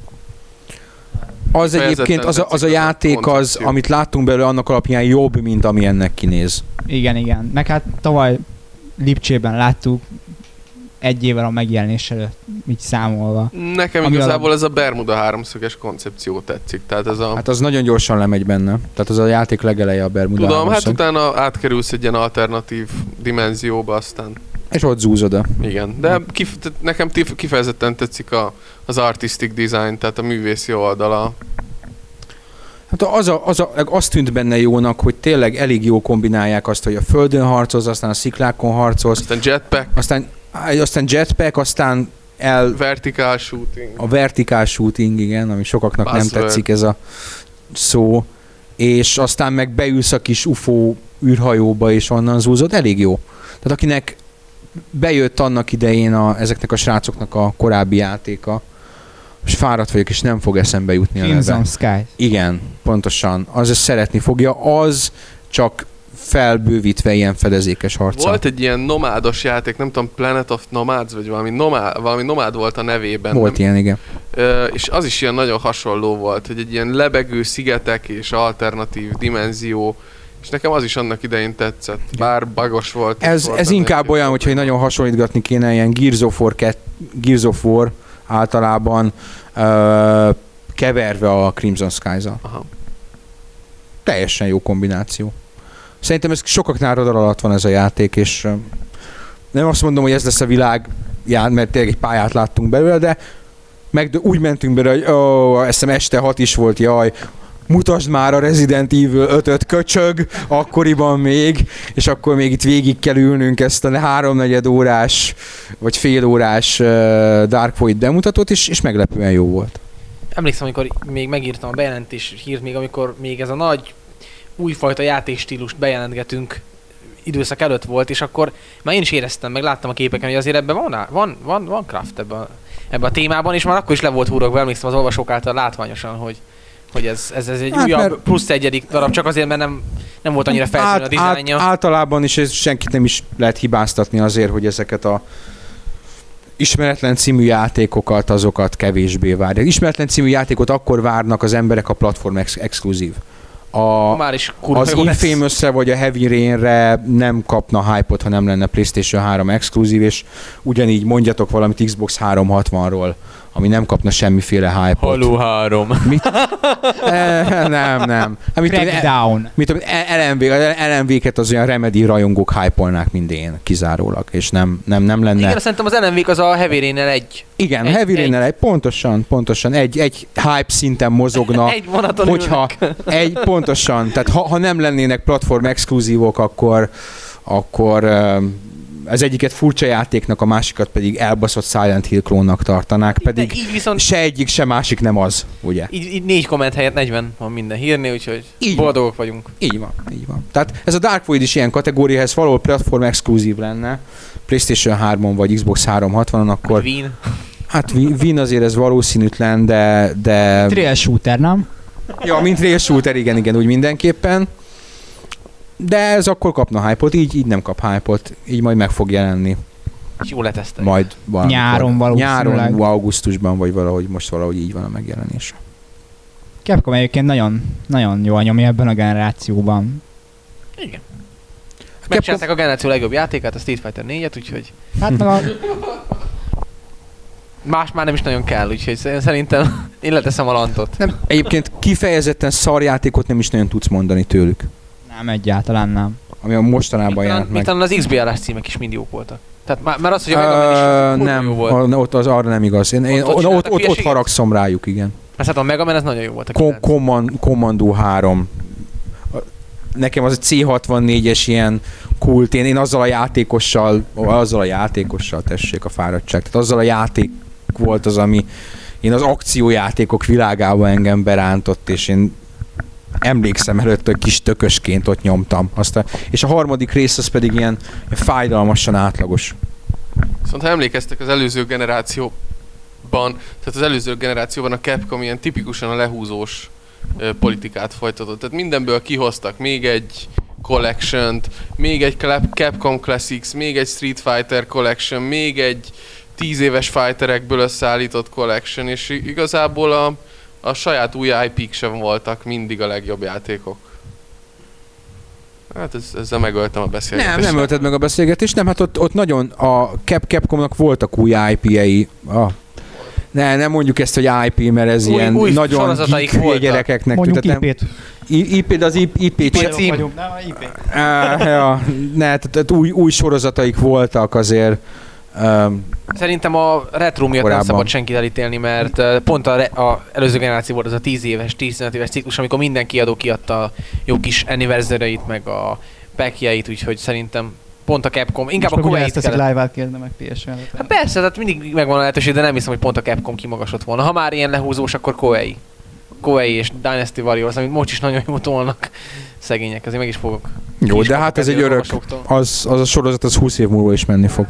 Az Fejezetten egyébként, az a, az a tetszik az a játék az, koncepció. amit láttunk belőle, annak alapján jobb, mint ami ennek kinéz. igen, igen. Meg hát tavaly Lipcsében láttuk egy évvel a megjelenés előtt, így számolva. Nekem Ami igazából ez a Bermuda háromszöges koncepció tetszik. Tehát ez a... Hát az nagyon gyorsan lemegy benne. Tehát az a játék legeleje a Bermuda Tudom, hát háromszög. utána átkerülsz egy ilyen alternatív dimenzióba, aztán És ott zúzod a... igen. De kif- tehát nekem tif- kifejezetten tetszik a, az artistic design, tehát a művészi oldala. Hát az, a, az, a, az tűnt benne jónak, hogy tényleg elég jó kombinálják azt, hogy a földön harcolsz, aztán a sziklákon harcolsz, Aztán jetpack, aztán, aztán jetpack, aztán el vertical shooting. a vertical shooting, igen, ami sokaknak Buzzword. nem tetszik ez a szó, és aztán meg beülsz a kis ufó űrhajóba, és onnan zúzod, elég jó. Tehát akinek bejött annak idején a, ezeknek a srácoknak a korábbi játéka, és fáradt vagyok, és nem fog eszembe jutni a Crimson neve. Sky. Igen, pontosan. Az ezt szeretni fogja, az csak felbővítve ilyen fedezékes harccal. Volt egy ilyen nomádos játék, nem tudom, Planet of Nomads, vagy valami nomád, valami nomád volt a nevében. Volt nem? ilyen, igen. Ö, és az is ilyen nagyon hasonló volt, hogy egy ilyen lebegő szigetek és alternatív dimenzió, és nekem az is annak idején tetszett, bár bagos volt. Ez, volt ez benne inkább egy-két olyan, hogyha probléma. nagyon hasonlítgatni kéne, ilyen Gears of War, ket, Gears of War általában uh, keverve a Crimson Skies-al. Aha. Teljesen jó kombináció. Szerintem ez sokaknál radar alatt van ez a játék, és uh, nem azt mondom, hogy ez lesz a világ, já, mert tényleg egy pályát láttunk belőle, de meg úgy mentünk bele, hogy ó, azt hiszem este hat is volt, jaj, mutasd már a Resident Evil ötöt, köcsög, akkoriban még, és akkor még itt végig kell ülnünk ezt a háromnegyed órás, vagy fél órás uh, Dark Void bemutatót, és, és meglepően jó volt. Emlékszem, amikor még megírtam a bejelentés hírt, még amikor még ez a nagy újfajta játékstílust bejelentgetünk időszak előtt volt, és akkor már én is éreztem, meg láttam a képeken, hogy azért ebben van, á- van, van, van craft ebben a, ebben a témában, és már akkor is le volt húrogva, emlékszem az olvasók által látványosan, hogy, hogy ez, ez, ez egy Hát, újabb mert- plusz egyedik darab, csak azért, mert nem, nem volt annyira felszínű a dizájnja. általában is ez senkit nem is lehet hibáztatni azért, hogy ezeket a ismeretlen című játékokat, azokat kevésbé várják. Ismeretlen című játékot akkor várnak az emberek, a platform ex- exkluzív. A, Már is kurva az jó lesz. Infamous-re vagy a Heavy Rain-re nem kapna hype-ot, ha nem lenne PlayStation három exkluzív, és ugyanígy mondjatok valamit Xbox háromszázhatvanról, ami nem kapna semmiféle hype-ot. három. Eh, nem, nem. Hát, mit tudom, e- Crackdown. mit tudom, el em vé, az el em vé-ket az olyan Remedy rajongók hype-olnák, mint én, kizárólag, és nem, nem, nem lenne... Igen, szerintem az el em vé-k az a Heavy Rain-nel egy. Igen, Egy- Heavy egy- Rain-nel egy, pontosan, pontosan, egy, egy hype szinten mozogna, Egy vonaton hogyha ülnek. egy, pontosan, tehát ha, ha nem lennének platform exkluzívok, akkor, akkor um, az egyiket furcsa játéknak, a másikat pedig elbaszott Silent Hill klónnak tartanák, pedig De így viszont se egyik, se másik nem az, ugye? így, így négy komment helyett negyven van minden hírnél, úgyhogy Így van. boldogok vagyunk. Így van, így van. Tehát ez a Dark Void is ilyen kategóriához valahol platform exkluzív lenne, PlayStation hármon vagy Xbox háromszázhatvanon, akkor Wien. hát Win azért ez valószínűtlen, de... de Trail shooter, nem? ja, mint rail shooter, igen, igen, úgy mindenképpen. De ez akkor kapna hype-ot, így, így nem kap hype-ot, így majd meg fog jelenni. És jól leteszteljük. Majd valamikor. Nyáron valószínűleg. Nyáron, augusztusban, vagy valahogy most valahogy így van a megjelenése. Capcom egyébként nagyon, nagyon jól nyomja ebben a generációban. Igen. Megcsinálták a generáció legjobb játékát, a Street Fighter négyet, úgyhogy Hát meg a, más már nem is nagyon kell, úgyhogy szerintem én leteszem a lantot. Nem, egyébként kifejezetten szarjátékot nem is nagyon tudsz mondani tőlük, nem, egyáltalán nem. ami a mostanában Még jelent talán, még meg. talán az iksz bé er-es címek is mind jók voltak. Tehát már, már az, hogy a Mega Man is Ö, kurva nem, jó volt. a- ott az arra nem igaz. Én, én, Ott- ott ott, ott, csináltak ott, ott hülyeséget? haragszom rájuk, igen. Mert hát a Mega Man az nagyon jó volt. A Ko- kilenc. Command, Commando három. A- Nekem az a cé hatvannégyes ilyen kult, én, én azzal a játékossal, azzal a játékossal tessék a fáradtság. Tehát azzal a játék volt az, ami én az akciójátékok világába engem berántott, és én emlékszem előtt, hogy kis tökösként ott nyomtam. Azt a, és a harmadik rész az pedig ilyen, ilyen fájdalmasan átlagos. Viszont ha emlékeztek az előző generációban, tehát az előző generációban a Capcom ilyen tipikusan a lehúzós ö, politikát folytatott. Tehát mindenből kihoztak még egy collection-t, még egy Clap- Capcom Classics, még egy Street Fighter Collection, még egy tíz éves fighterekből összeállított collection, és i- igazából a, a saját új i pé-k sem voltak mindig a legjobb játékok. Hát ez, ezzel megöltem a beszélgetést. Nem, nem ölted meg a beszélgetést, nem, hát ott, ott nagyon a Cap Capcomnak voltak új i pé-ei. Ah. Ne, nem mondjuk ezt, hogy i pé, mert ez Új- ilyen új nagyon sorozataik geek hülye voltak. gyerekeknek. Mondjuk tehát nem- í pét. I- i pé, de az i pé Vagyok, cím. vagyunk. Nem, í pé. Ah, ja, ne, tehát, tehát új, új sorozataik voltak azért. Um, Szerintem a retro miatt Korábban. nem szabad senkit elítélni, mert uh, pont a, re- a előző generáció volt az a tíz éves, tizenöt éves ciklus, amikor minden kiadó kiadta a jó kis anniversary-it, meg a packjeit, úgyhogy szerintem pont a Capcom, inkább Most a meg ugye Koei-t ezt teszik kellett. live-át kérne meg pé es en-re. Hát persze, tehát mindig megvan a lehetőség, de nem hiszem, hogy pont a Capcom kimagasott volna. Ha már ilyen lehúzós, akkor Koei. Koei és Dynasty Warriors, amit most is nagyon jól tolnak. Szegények, azért meg is fogok. jó, ki is de fogok hát ez enni egy az örök, olvasóktól. az, az a sorozat az húsz év múlva is menni fog.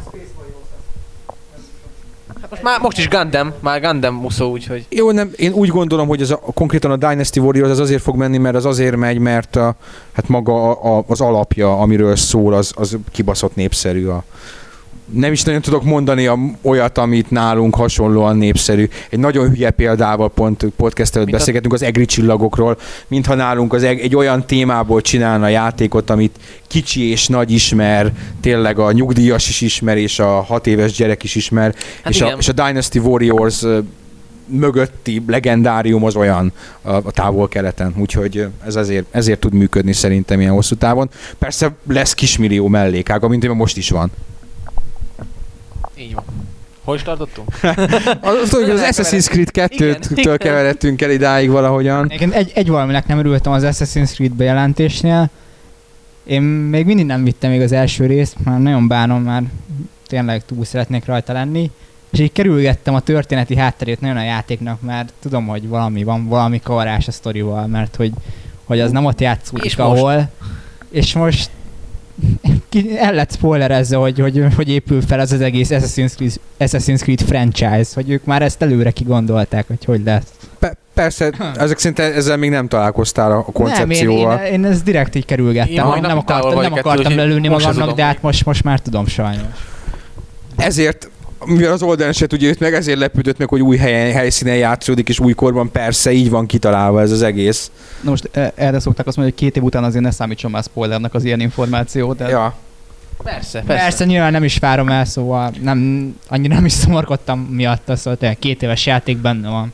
Hát most, már, most is Gundam, már Gundam muszó, úgyhogy... Jó, nem, én úgy gondolom, hogy ez a, konkrétan a Dynasty Warriors az azért fog menni, mert az azért megy, mert a, hát maga a, a, az alapja, amiről szól, az, az kibaszott népszerű. A, nem is nagyon tudok mondani a, olyat, amit nálunk hasonlóan népszerű. Egy nagyon hülye példával pont podcast előtt Mint a- beszélgetünk az egri csillagokról, mintha nálunk az eg, egy olyan témából csinálna játékot, amit kicsi és nagy ismer, tényleg a nyugdíjas is ismer, és a hat éves gyerek is ismer, Hát és, a, igen. és a Dynasty Warriors ö, mögötti legendárium az olyan a, a távol-keleten, úgyhogy ö, ez ezért, ezért tud működni szerintem ilyen hosszú távon. Persze lesz kismillió mellékága, mint ami most is van. Így van. Hol is tartottunk? Az, hogy az Assassin's Creed Igen, kettőtől igen. keveredtünk el idáig valahogyan. Egyébként egy, egy valaminek nem örültem az Assassin's Creed bejelentésnél. Én még mindig nem vittem még az első részt, már nagyon bánom, már tényleg túl szeretnék rajta lenni. És így kerülgettem a történeti hátterét nagyon a játéknak, mert tudom, hogy valami van, valami kavarás a sztorival, mert hogy, hogy az nem ott És játszódik, most? ahol. És most ki, el lett spoilerezze, hogy, hogy, hogy épül fel ez az egész Assassin's Creed, Assassin's Creed franchise, hogy ők már ezt előre kigondolták, hogy hogy lesz. Pe- persze, ezek szerint ezzel még nem találkoztál a a koncepcióval. Nem, én, én, én ezt direkt így kerülgettem, Én nem, majd nem napig távol akartam, nem vagyok akartam ettől, lelőni most se magamnak, tudom de hát még. most, most már tudom sajnos. Ezért, mivel az oldalon se tudja őt meg, ezért lepődött meg, hogy új helyen, helyszínen játszódik, és új korban persze így van kitalálva ez az egész. Na most e- erre szokták azt mondani, hogy két év után azért ne számítson már spoilernek az ilyen információ, de Ja. Persze, Persze. persze. Persze nyilván nem is várom el, szóval nem, annyira nem is szomorkodtam miatta, szóval tényleg két éves játék benne van.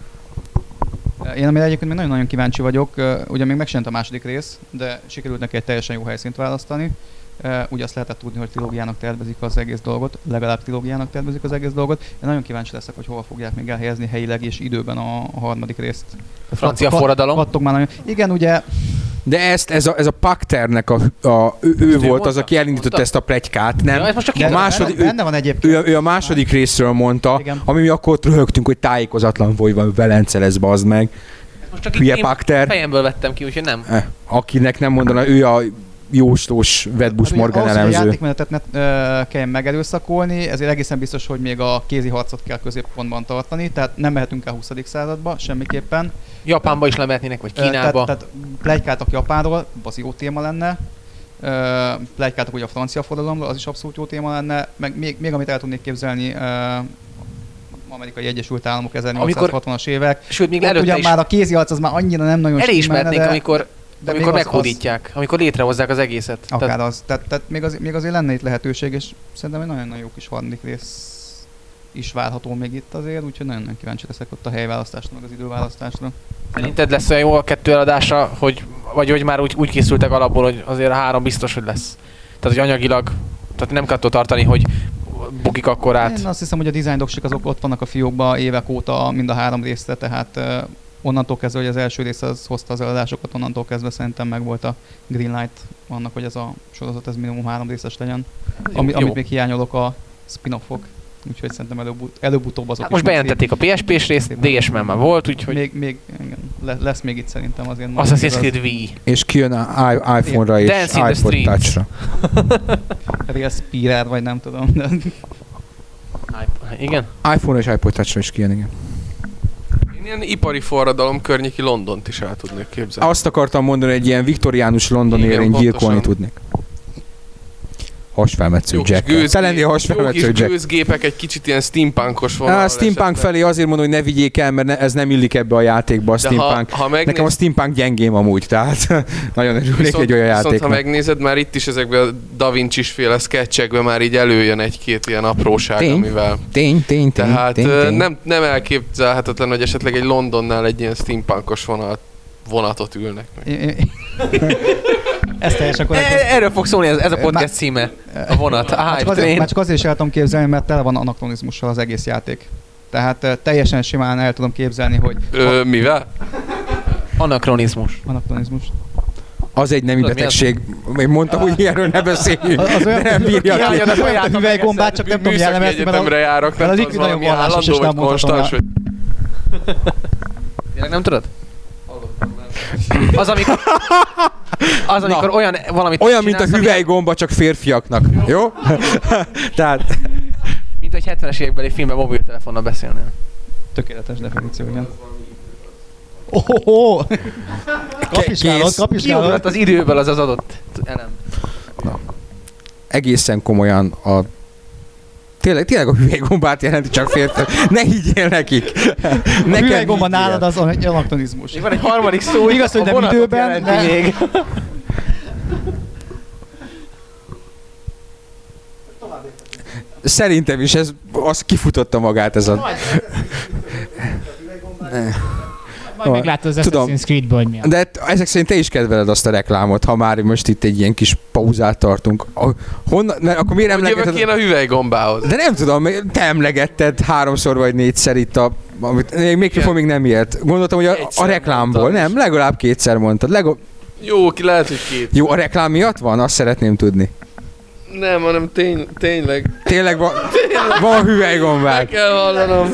én amire egyébként még nagyon-nagyon kíváncsi vagyok, ö, ugye még megjelent a második rész, de sikerült neki egy teljesen jó helyszínt választani. Ö, Ugye azt lehetett tudni, hogy trilógiának tervezik az egész dolgot, legalább trilógiának tervezik az egész dolgot. Én nagyon kíváncsi leszek, hogy hova fogják még elhelyezni helyileg és időben a, a harmadik részt. A francia Kat- forradalom. Kattog már nagyon. Igen, ugye De ezt, ez a, ez a Pakternek a, a ő, ő ő volt mondta? az, aki elindította Mondta? ezt a pletykát, nem? Ja, ez most csak de a így második- benne, benne van egyébként. Ő, ő a második részről mondta, Igen. ami mi akkor ott röhögtünk, hogy tájékozatlan vagy, vagy Velence lesz, bazd meg. most csak Hülye így én Pakter, fejemből vettem ki, úgyhogy nem. eh, akinek nem mondana, ő a jóslós Vedbusz Hát ugye Morgan ahhoz, hogy a elemző. játékmenetet ne ö, kelljen megerőszakolni, ezért egészen biztos, hogy még a kézi harcot kell középpontban tartani, tehát nem mehetünk el huszadik századba, semmiképpen. Japánba is lemehetnének, vagy Ö, Kínába. Tehát, tehát plegykáltak Japánról, az jó téma lenne. Ö, Plegykáltak ugye a francia forradalomról, az is abszolút jó téma lenne. Meg még, még amit el tudnék képzelni, ö, Amerikai Egyesült Államok ezernyolcszázhatvanas évek. Sőt, még Ott előtte ugyan is már a kézi harc az már annyira nem nagyon elismernék, stimmelne, de- amikor, de amikor még az- meghódítják, amikor létrehozzák az egészet. Akár Tehát az. Tehát, tehát még, az, még azért lenne itt lehetőség, és szerintem egy nagyon-nagyon jó kis harmadik rész is várható még itt azért, úgyhogy nagyon-nagyon kíváncsi leszek ott a helyválasztásra, meg az időválasztásra. szerinted lesz olyan jó a kettő eladása, hogy, vagy hogy már úgy, úgy készültek alapból, hogy azért a három biztos, hogy lesz. Tehát, hogy anyagilag, tehát nem kell attól tartani, hogy bukik akkor át. Én azt hiszem, hogy a design doksik azok ott vannak a fiókban évek óta mind a három részre, tehát uh, onnantól kezdve, hogy az első rész az hozta az eladásokat, onnantól kezdve szerintem meg volt a green light annak, hogy ez a sorozat ez minimum három részes legyen. Ami, Jó. amit még hiányolok a spin-offok, úgyhogy szerintem előbb, előbb-utóbb azok Hát is most meg bejelentették a pé es pés részt, dé es em már volt, szép- úgyhogy Még, még igen, le, lesz még itt szerintem azért. Assassin's az Creed Wii. És kijön a i- iPhone-ra és Dance in the iPod Streets. Touch-ra. Real Spiral, vagy nem tudom. De Igen? iPhone-ra és iPod Touch-ra is kijön, igen. Én ilyen ipari forradalom környéki Londont is el tudnék képzelni. Azt akartam mondani, egy ilyen viktoriánus London Igen, élén gyilkolni pontosan. tudnék. Hasfelmetsző Jó kis Jack. gőzgép- Te lennél jó hasfelmetsző kis Jack. gőzgépek egy kicsit ilyen steampunkos vonal. A steampunk felé azért mondom, hogy ne vigyék el, mert ne, ez nem illik ebbe a játékba a De ha, steampunk. ha megnéz... Nekem a steampunk gyengém amúgy, tehát nagyon örülnék viszont, egy olyan viszont ha játéknak. megnézed, már itt is ezekben a Da Vinci-s féle sketchekben már így előjön egy-két ilyen apróság, Tény. amivel... Tény, tény, tény, Tehát tény, ö, tény. Nem, nem elképzelhetetlen, hogy esetleg egy Londonnál egy ilyen steampunkos vonat, vonatot ülnek meg. én, én, Ez teljesen korrekt. E- Erről fog szólni ez, ez a podcast címe. A vonat, a Már Hype csak, azért, Train. már csak azért is el tudom képzelni, mert tele van anakronizmussal az egész játék. Tehát eh, teljesen simán el tudom képzelni, hogy Ö, mivel? Anakronizmus. anakronizmus. Az egy nemi Tudod, mi az? betegség. Én mondtam, hogy ilyenről ne beszéljünk. Az, az olyan, de nem bírja olyan, ki. az olyan, mint a hüvelygombát, csak nem tudom Műszaki jellemezni, mert egyetemre a, járok, mert az nem ikvi tudom, nagyon valami vallásos, és állandó nem vagy mondhatom konstans, el. vagy... Tényleg nem tudod? Az, amikor, az, amikor Na. olyan valamit Olyan, mint a csinálsz, ami- hüvelygomba, csak férfiaknak. Jó? Tehát Mint egy hetvenes évekbeli filmben mobiltelefonnal beszélnél. Tökéletes definíció, igen. Oh, oh, oh. Kapizsgálod, Kész. kapizsgálod. Kiugrott az időből az az adott elem. egészen komolyan a Tényleg, tényleg a hüvelygombát jelenti csak férfi. Ne higgyél nekik. A hüvelygomba nálad az egy anakronizmus. Még van egy harmadik szó, Igaz, hogy a nem vonatot időben, jelenti de- még. Szerintem is ez, az kifutotta magát ez a... Majd meglátod az Tudom. Assassin's Creed-ből, hogy mi a... De ezek szerint te is kedveled azt a reklámot, ha már most itt egy ilyen kis pauzát tartunk. A- Honnan, mert akkor miért Hogy jövök emlegeted? én a hüvelygombához? De nem tudom, te emlegetted háromszor vagy négyszer itt a... Amit, még mikrofon még nem ilyet. Gondoltam, hogy a, a Egyszer reklámból. mondtam Nem, legalább kétszer mondtad. Legalább... Jó, ki lehet, hogy két. Jó, a reklám miatt van? Azt szeretném tudni. Nem, hanem tény, tényleg. Tényleg van, van Meg hüvelygombák. kell vallanom.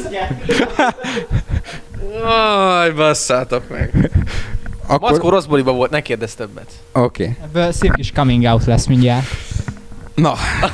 Aj, basszátok meg. Akkor... Mackó rossz boliba volt, ne kérdezz többet. Oké. Okay. Ebből szép kis coming out lesz mindjárt. Na,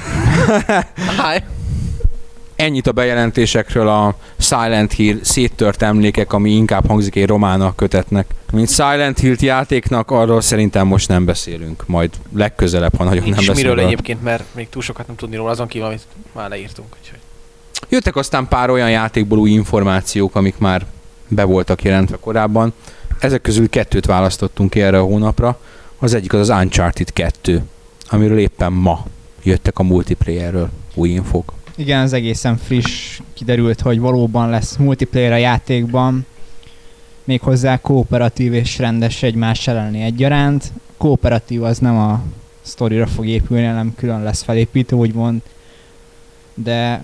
Hi. ennyit a bejelentésekről a Silent Hill széttört emlékek, ami inkább hangzik egy romának kötetnek. Mint Silent Hill játéknak, arról szerintem most nem beszélünk. Majd legközelebb, ha nagyon Nincs nem is beszélünk. miről egyébként, mert még túl sokat nem tudni róla, azon kívül, amit már leírtunk. Úgyhogy. Jöttek aztán pár olyan játékból új információk, amik már be voltak jelentve korábban. Ezek közül kettőt választottunk ki erre a hónapra. Az egyik az az Uncharted kettő, amiről éppen ma jöttek a multiplayerről új infók. Igen, az egészen friss. Kiderült, hogy valóban lesz multiplayer a játékban. Méghozzá kooperatív és rendes egymás elleni egyaránt. Kooperatív az nem a sztorira fog épülni, hanem külön lesz felépítő, úgymond. De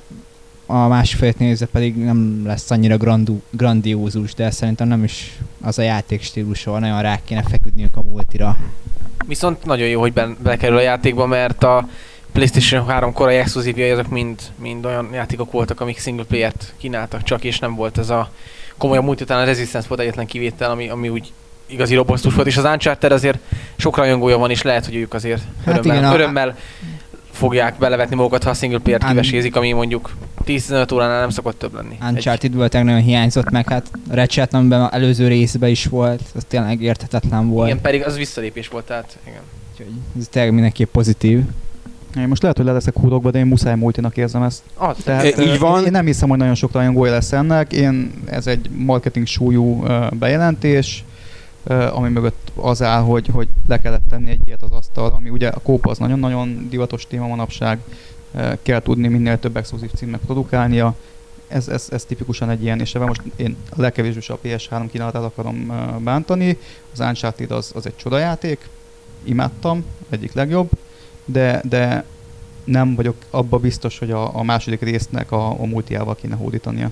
a másik felet nézve pedig nem lesz annyira grandu, grandiózus, de szerintem nem is az a játék stílusa, nagyon rá kéne feküdniük a multira. Viszont nagyon jó, hogy ben- bekerül a játékba, mert a PlayStation három korai exkluzívjai azok mind, mind olyan játékok voltak, amik single player-t kínáltak csak, és nem volt ez a komolyabb multi, talán a Resistance volt egyetlen kivétel, ami, ami úgy igazi robosztus volt, és az Uncharted azért sok rajongója van, és lehet, hogy ők azért Hát örömmel, igen, a- örömmel fogják belevetni magukat, ha a single player-t Un- kivesézik, ami mondjuk tíz-tizenöt óránál nem szokott több lenni. Egy- Uncharted volt, nagyon hiányzott, meg hát Ratchet, amiben az előző részben is volt, az tényleg érthetetlen volt. Igen, pedig az visszalépés volt, tehát igen. Úgyhogy ez tényleg mindenképp pozitív. Én most lehet, hogy le leszek húrokba, de én muszáj multinak érzem ezt. Az, Tehát, E, így ö, van. Én, én nem hiszem, hogy nagyon sok rajongója lesz ennek. Én, ez egy marketing súlyú ö, bejelentés, ö, ami mögött az áll, hogy, hogy le kellett tenni egy ilyet az asztal, ami ugye a kópa az nagyon-nagyon divatos téma manapság, ö, kell tudni minél több exkluzív címnek produkálnia. Ez, ez, ez tipikusan egy ilyen, és ebben most én a legkevésbé a pé es három kínálatát akarom ö, bántani. Az Uncharted az, az egy csodajáték, imádtam, egyik legjobb, de, de nem vagyok abba biztos, hogy a, a második résznek a, a multiával kéne hódítania.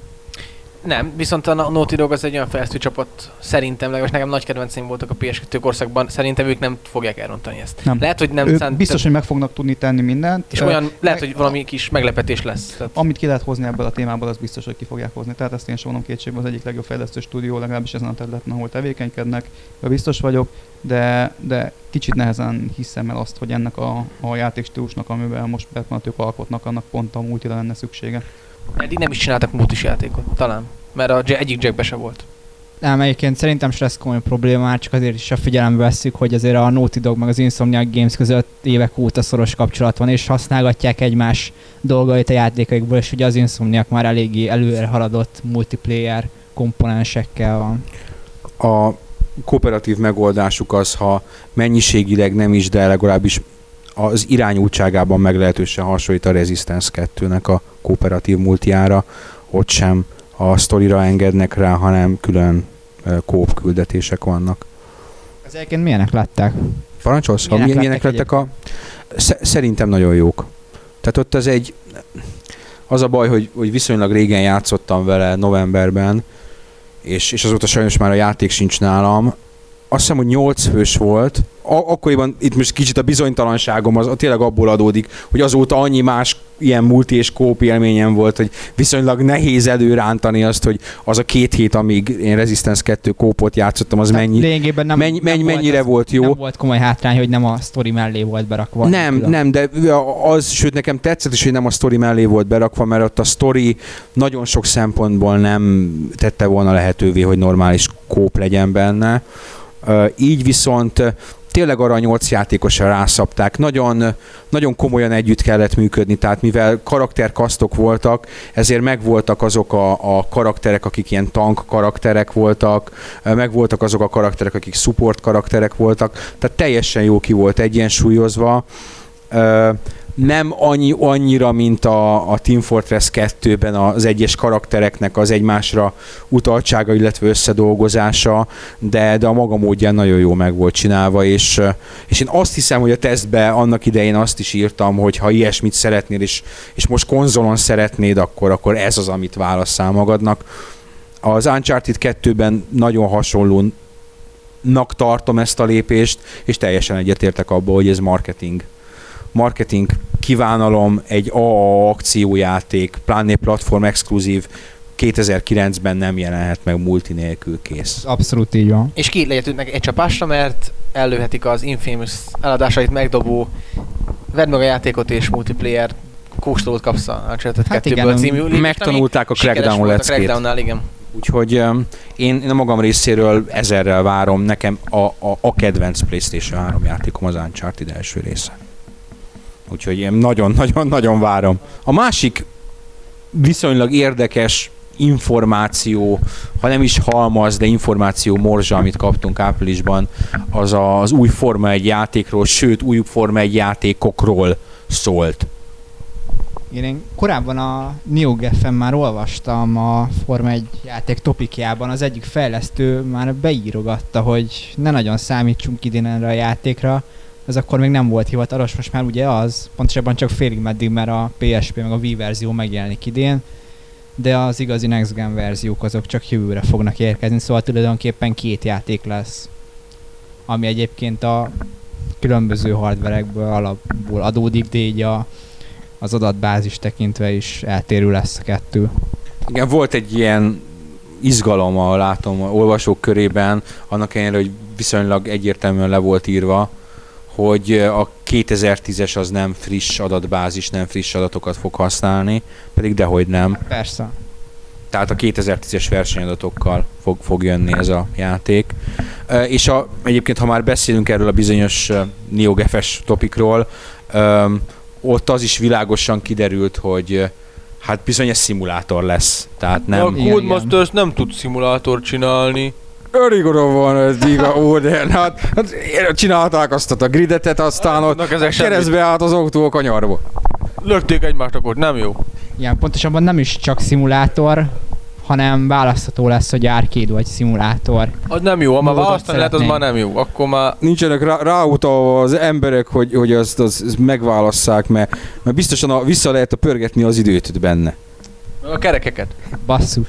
Nem, viszont a Naughty Dog az egy olyan fejlesztő csapat, szerintem, legalábbis nekem nagy kedvenceim voltak a pé es kettő korszakban, szerintem ők nem fogják elrontani ezt. Nem. Lehet, hogy nem Ők szánt, biztos, hogy meg fognak tudni tenni mindent. és Ö, olyan, lehet, meg- hogy valami kis meglepetés lesz. Tehát Amit ki lehet hozni ebből a témából, az biztos, hogy ki fogják hozni. Tehát ezt én sem vonom kétségbe, az egyik legjobb fejlesztő stúdió, legalábbis ezen a területen, ahol tevékenykednek, biztos vagyok, de, de kicsit nehezen hiszem el azt, hogy ennek a, a játékstílusnak, amiben most Batman ők alkotnak, annak pont a multira lenne szüksége. eddig nem is csináltak multis játékot, talán. Mert a Jack- egyik Jackbe se volt. Nem, egyébként szerintem se lesz komoly probléma, már csak azért is a figyelembe vesszük, hogy azért a Naughty Dog meg az Insomniac Games között évek óta szoros kapcsolat van, és használgatják egymás dolgait a játékaikból, és ugye az Insomniac már eléggé előre haladott multiplayer komponensekkel van. A kooperatív megoldásuk az, ha mennyiségileg nem is, de legalábbis az irányultságában meglehetősen hasonlít a Resistance kettőnek a kooperatív multiára, ott sem a sztorira engednek rá, hanem külön kóp küldetések vannak. Ezeket milyenek lettek? Parancsolsz? Ha Milyenek milyenek lettek lettek a... Sz- Szerintem nagyon jók. Tehát ott az egy... Az a baj, hogy, hogy viszonylag régen játszottam vele novemberben, és, és azóta sajnos már a játék sincs nálam. Azt hiszem, hogy nyolc fős volt. A- akkoriban itt most kicsit a bizonytalanságom az tényleg abból adódik, hogy azóta annyi más ilyen multi és kóp élményem volt, hogy viszonylag nehéz előrántani azt, hogy az a két hét, amíg én Resistance kettő kópot játszottam, az Tehát mennyi, lényegében nem, mennyi, mennyi, nem mennyire volt, az, volt jó. Nem volt komoly hátrány, hogy nem a sztori mellé volt berakva. Nem, Tudom. nem, de az, sőt nekem tetszett is, hogy nem a sztori mellé volt berakva, mert ott a sztori nagyon sok szempontból nem tette volna lehetővé, hogy normális kóp legyen benne. Így viszont tényleg arra a nyolc játékosra rászabták. Nagyon, nagyon komolyan együtt kellett működni, tehát mivel karakterkasztok voltak, ezért megvoltak azok a, a karakterek, akik ilyen tank karakterek voltak, megvoltak azok a karakterek, akik support karakterek voltak, tehát teljesen jó ki volt egyensúlyozva. Nem annyi, annyira, mint a, a Team Fortress kettőben az egyes karaktereknek az egymásra utaltsága, illetve összedolgozása, de, de a maga módján nagyon jó meg volt csinálva, és, és én azt hiszem, hogy a tesztbe annak idején azt is írtam, hogy ha ilyesmit szeretnél, és, és most konzolon szeretnéd, akkor, akkor ez az, amit válasszál magadnak. Az Uncharted kettőben nagyon hasonlónak tartom ezt a lépést, és teljesen egyetértek abba, hogy ez marketing. marketing kívánalom, egy á á á akciójáték, pláne platform exkluzív, kétezer-kilencben nem jelenhet meg multi nélkül, kész. Abszolút így van. És ki legyen meg egy csapásra, mert ellőhetik az Infamous eladásait megdobó vedd meg a játékot és multiplayer kóstolót kapsz a Uncharted Hát kettőből igen, című lépést, megtanulták a ami sikeres Crackdown volt a leckét. Crackdownnál, igen. Úgyhogy um, én, én a magam részéről ezerrel várom, nekem a, a, a kedvenc PlayStation három játékom az Uncharted első része. Úgyhogy én nagyon-nagyon-nagyon várom. A másik viszonylag érdekes információ, ha nem is halmaz, de információ morzsa, amit kaptunk áprilisban, az a, az új Forma egy játékról, sőt új Forma egy játékokról szólt. Én, én korábban a NeoGaf-en már olvastam a Forma egy játék topikjában, az egyik fejlesztő már beírogatta, hogy ne nagyon számítsunk idén erre a játékra, ez akkor még nem volt hivatalos, most már ugye az, pontosabban csak félig meddig, mert a pé es pé meg a Wii verzió megjelenik idén, de az igazi Next Gen verziók azok csak jövőre fognak érkezni, szóval tulajdonképpen két játék lesz, ami egyébként a különböző hardverekből alapból adódik, de így a, az adatbázis tekintve is eltérő lesz a kettő. Igen, volt egy ilyen izgalom, ahol látom a olvasók körében, annak ellenére, hogy viszonylag egyértelműen le volt írva, hogy a kétezer-tízes az nem friss adatbázis, nem friss adatokat fog használni, pedig dehogy nem. Persze. Tehát a kétezer-tízes versenyadatokkal fog, fog jönni ez a játék. E, és a, egyébként, ha már beszélünk erről a bizonyos NeoGaf-es topikról, um, ott az is világosan kiderült, hogy hát bizony ez szimulátor lesz. Tehát nem... A Codemasters nem tud szimulátort csinálni. Örigorov van ez iga, ó, de hát, hát csinálták azt a gridetet, aztán ott keresztbe állt az autó a kanyarba. Lökték egymást, akkor nem jó. Igen, pontosabban nem is csak szimulátor, hanem választható lesz, hogy arcade vagy szimulátor. Az nem jó, ha már Módot választani lehet, az szeretnénk. már nem jó. Akkor már... Nincsenek rá, ráutalva az emberek, hogy, hogy azt, azt megválasszák, mert, mert biztosan a, vissza lehet a pörgetni az időt benne. A kerekeket. Basszus.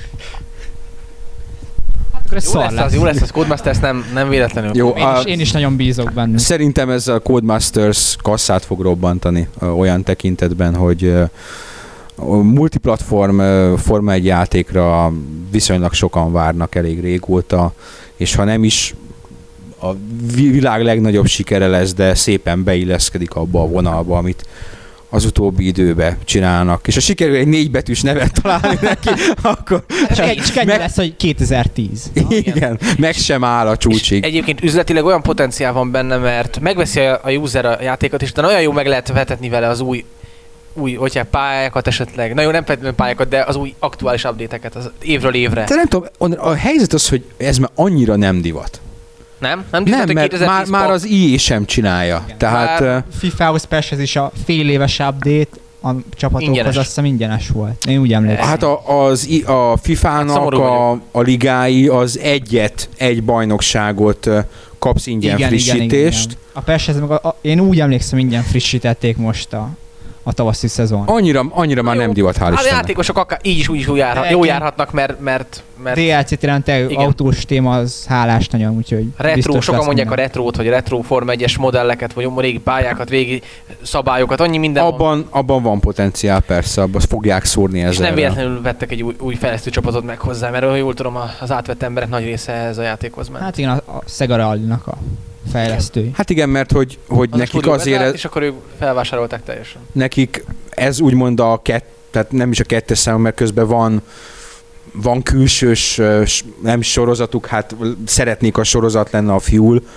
Hát akkor ez Jó szar lesz, lesz. az, jó lesz, az Codemasters nem, nem véletlenül. Jó, Én is, én is nagyon bízok benne. Szerintem ez a Codemasters kasszát fog robbantani ö, olyan tekintetben, hogy ö, a multiplatform ö, Forma egy játékra viszonylag sokan várnak elég régóta, és ha nem is a világ legnagyobb sikere lesz, de szépen beilleszkedik abba a vonalba, amit az utóbbi időben csinálnak. És ha sikerül egy négybetűs nevet találni neki, akkor Csak egy, csak egy meg- lesz, hogy kétezer-tíz. igen, meg sem áll a csúcsig. Egyébként üzletileg olyan potenciál van benne, mert megveszi a, a user a játékot, és utána olyan jó meg lehet vetetni vele az új, új hogyha pályákat esetleg, na jó, nem feltétlenül pályákat, de az új aktuális update-eket az évről évre. De nem tudom, a helyzet az, hogy ez már annyira nem divat. Nem? Nem, Nem, hogy mert kétezer-tíz már, már pak- az í á sem csinálja. Igen. Tehát Már- uh, FIFA-hoz persze ez is a fél éves update a csapatokhoz, Ingyenes. azt hiszem ingyenes volt. Én úgy emlékszem. hát a, az, i- a fifának Szomorú a, a ligái az egyet, egy bajnokságot uh, kapsz ingyen Igen, frissítést. igen, igen, igen. A pé es es meg a, a, én úgy emlékszem, ingyen frissítették most a, a tavaszi szezon. Annyira, annyira már Jó. nem divat, hál' Hát a Istennek. játékosok akár így is úgy is úgy járhat, De jó ki- járhatnak, mert, mert, mert dé el cé-t jelente Igen. autós téma az hálás nagyon, úgyhogy retro, biztos sokan lesz mondják minden. a retrót, vagy retro Forma egyes modelleket, vagy régi pályákat, régi szabályokat, annyi minden van. Abban, abban van potenciál persze, abban fogják szórni És ezzel. nem véletlenül vettek egy új, új fejlesztő csapatot meg hozzá, mert ha jól tudom, az átvett emberek nagy része ez a játékhoz ment. Hát igen, a, a Sega Rally-nak a fejlesztői. Hát igen, mert hogy, hogy Az a nekik stúdió azért, bezárt, ez, és akkor ők felvásárolták teljesen. nekik ez úgymond a kett, tehát nem is a kettes szám, mert közben van van külsős, ö, s- nem sorozatuk, hát szeretnék a sorozat lenne a Fuel. Uh,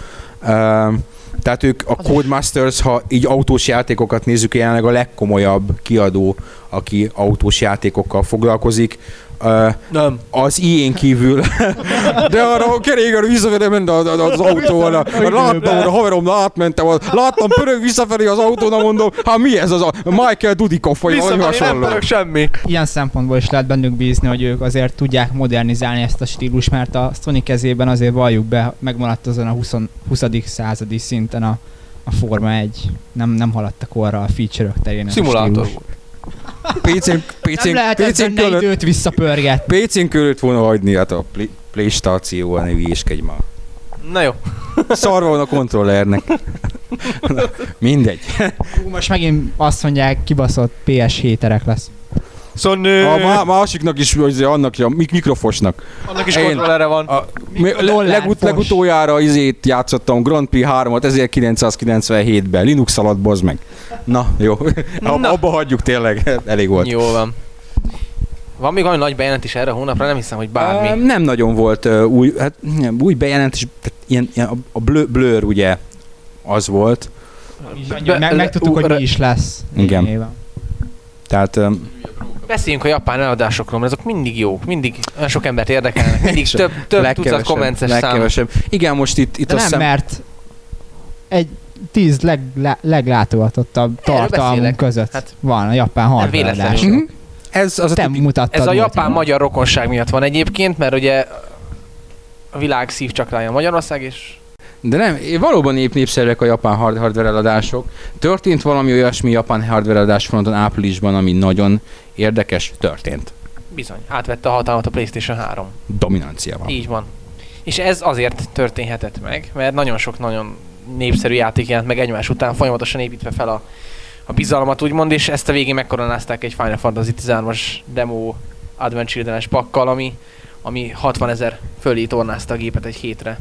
tehát ők a Codemasters, ha így autós játékokat nézzük, jelenleg a legkomolyabb kiadó, aki autós játékokkal foglalkozik. Uh, Nem. az i-én kívül. De arra a kerékről visszafelé ment az, az autóval. Láttam, hogy a haveromnál átmentem, láttam pörög visszafelé az autónak, mondom, hát mi ez az a Michael Dudikoff, vagy valami Visszafelé nem hasonló. pörög semmi. Ilyen szempontból is lehet bennük bízni, hogy ők azért tudják modernizálni ezt a stílus, mert a Sony kezében azért valljuk be, megmaradt azon a huszadik huszadik századi szinten a, a Forma egy. Nem, nem haladtak orra a feature-ök terén. ez a Szimulátor stílus. volt. pé cén, pé Nem cén, lehet pé cén ebben kellett, időt visszapörget. pé cén kellett volna hagyni, hát a Play- Playstation ne hülyéskedj már. Na jó. Szarva van a kontrollernek. Na, mindegy. Hú, most megint azt mondják, kibaszott pé es héterek lesz. Sonny. A má- másiknak is, vagy annak, a mik- mikrofosnak. Annak is Én- kontrollerre van. A, mi, le, dollár legut, fos. legutoljára izét játszottam, Grand Prix hármat ezerkilencszázkilencvenhétben, Linux alatt, bozd meg. Na, jó. Ab, Na. abba hagyjuk tényleg, elég volt. Jól van. Van még valami nagy bejelentés erre a hónapra? Nem hiszem, hogy bármi. Uh, nem nagyon volt uh, új, hát nem, új bejelentés, tehát ilyen, ilyen, a, a Blur, Blur ugye az volt, Be- Meg, megtudtuk, hogy re- mi is lesz. Igen. Nyilván. tehát um, Beszéljünk a japán eladásokról, mert azok mindig jók, mindig olyan sok embert érdekelnek, mindig több, több tucat kommences szám. legkevesebb. Igen, most itt, itt De azt nem, hiszem, mert egy tíz leg, le, leglátogatottabb Erről tartalmunk beszélek. között Hát, van a japán nem hardware véletlenül. adások. Mhm. ez az a Te tipik, mutattad. Ez a múlt japán-magyar rokonság miatt van egyébként, mert ugye a világ szívcsakrája Magyarország, és de nem, valóban épp népszerűek a japán hard- hardware eladások. Történt valami olyasmi japán hardware eladás fronton áprilisban, ami nagyon érdekes, történt. bizony, átvette a hatalmat a PlayStation három. Dominanciával. Így van. És ez azért történhetett meg, mert nagyon sok nagyon népszerű játék jelent meg egymás után, folyamatosan építve fel a, a bizalmat úgymond, és ezt a végén megkoronázták egy Final Fantasy tizenhármas demo Advent Children-es pakkal, ami, ami hatvanezer fölé tornázta a gépet egy hétre.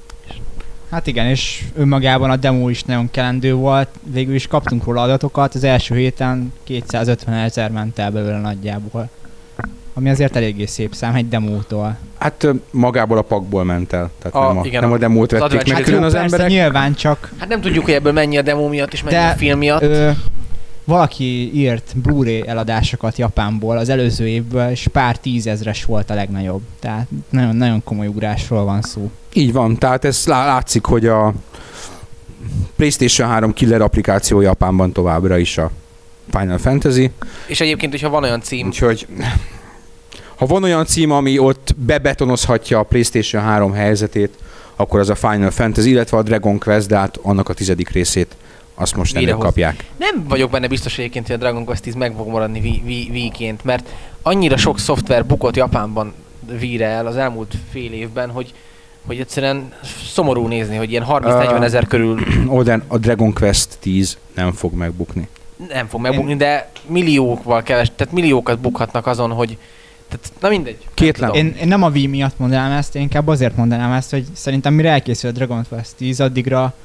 Hát igen, és önmagában a demo is nagyon kelendő volt. Végül is kaptunk róla adatokat, az első héten kétszázötven ezer ment el belőle nagyjából. Ami azért eléggé szép szám egy demótól. Hát ö, magából a pakból ment el. Tehát A- nem, a, igen, nem a demót az vették Advent meg Children külön az persze, emberek. nyilván csak Hát nem tudjuk, hogy ebből mennyi a demo miatt, és mennyi De, a film miatt. ö, valaki írt Blu-ray eladásokat Japánból az előző évből, és pár tízezres volt a legnagyobb. Tehát nagyon, nagyon komoly ugrásról van szó. Így van, tehát ez lá- látszik, hogy a PlayStation három killer applikáció Japánban továbbra is a Final Fantasy. És egyébként, hogyha van olyan cím, Úgyhogy ha van olyan cím, ami ott bebetonozhatja a PlayStation három helyzetét, akkor az a Final Fantasy, illetve a Dragon Quest, de hát annak a tizedik részét azt most nem ők Videóhoz. kapják. nem vagyok benne biztos egyébként, hogy a Dragon Quest tíz meg fog maradni Wii- Wii- Wii-ként, mert annyira sok szoftver bukott Japánban Wii-re el az elmúlt fél évben, hogy hogy egyszerűen szomorú nézni, hogy ilyen harminc-negyven ezer körül Oden a Dragon Quest tíz nem fog megbukni. nem fog megbukni, de milliókval keves, tehát milliókat bukhatnak azon, hogy tehát, na mindegy. Kétlem. Nem tudom. Én, én nem a Wii miatt mondanám ezt, én inkább azért mondanám ezt, hogy szerintem mire elkészül a Dragon Quest tíz, addigra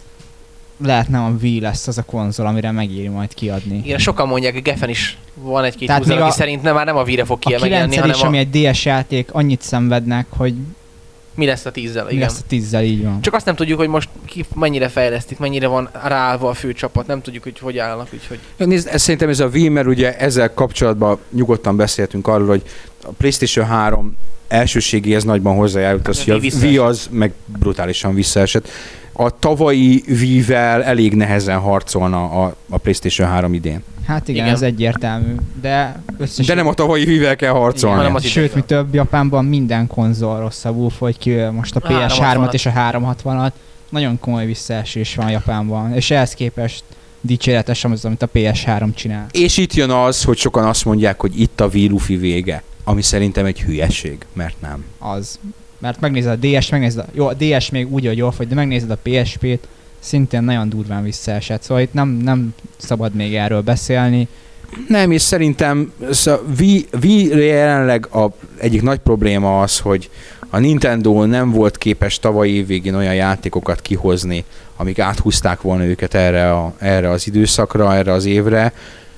lehet nem a Wii lesz az a konzol, amire megéri majd kiadni. Igen, sokan mondják, hogy Geffen is van egy-két Tehát user, még aki a- szerint nem, már nem a Wii-re fog A megjelenni, kilenc hanem is, a, ami egy dé es játék, annyit szenvednek, hogy mi lesz a tízzel, mi igen. lesz a tízzel, így van. Csak azt nem tudjuk, hogy most ki mennyire fejlesztik, mennyire van ráállva a főcsapat, nem tudjuk, hogy hogy állnak, úgyhogy Ja, nézd, ez, szerintem ez a Wii, mert ugye ezzel kapcsolatban nyugodtan beszéltünk arról, hogy a PlayStation három elsőségéhez nagyban hozzájárult az, A hogy a Wii visszaesett. Wii az meg brutálisan visszaesett. A tavalyi Wii-vel elég nehezen harcolna a, a PlayStation három idén. Hát igen, Igen. ez egyértelmű, de összesen... De nem a tavalyi Wii-vel kell harcolni. hanem az Sőt, idejével. mi több, Japánban minden konzol rosszabbul fogy ki, most a A pé es hármat háromszázhatvanat. és a háromszázhatvanat, nagyon komoly visszaesés van Japánban, és ehhez képest dicséretes az, amit a pé es három csinál. És itt jön az, hogy sokan azt mondják, hogy itt a Wii-Lufi vége, ami szerintem egy hülyeség, mert nem. Az. Mert megnézed a dé es, megnézed a, jó, a dé es még úgy, hogy jól fogy, de megnézed a pé es pét, szintén nagyon durván visszaesett, szóval itt nem, nem szabad még erről beszélni. Nem, és szerintem a Wii, Wii jelenleg a egyik nagy probléma az, hogy a Nintendo nem volt képes tavaly évvégén olyan játékokat kihozni, amik áthúzták volna őket erre, a, erre az időszakra, erre az évre.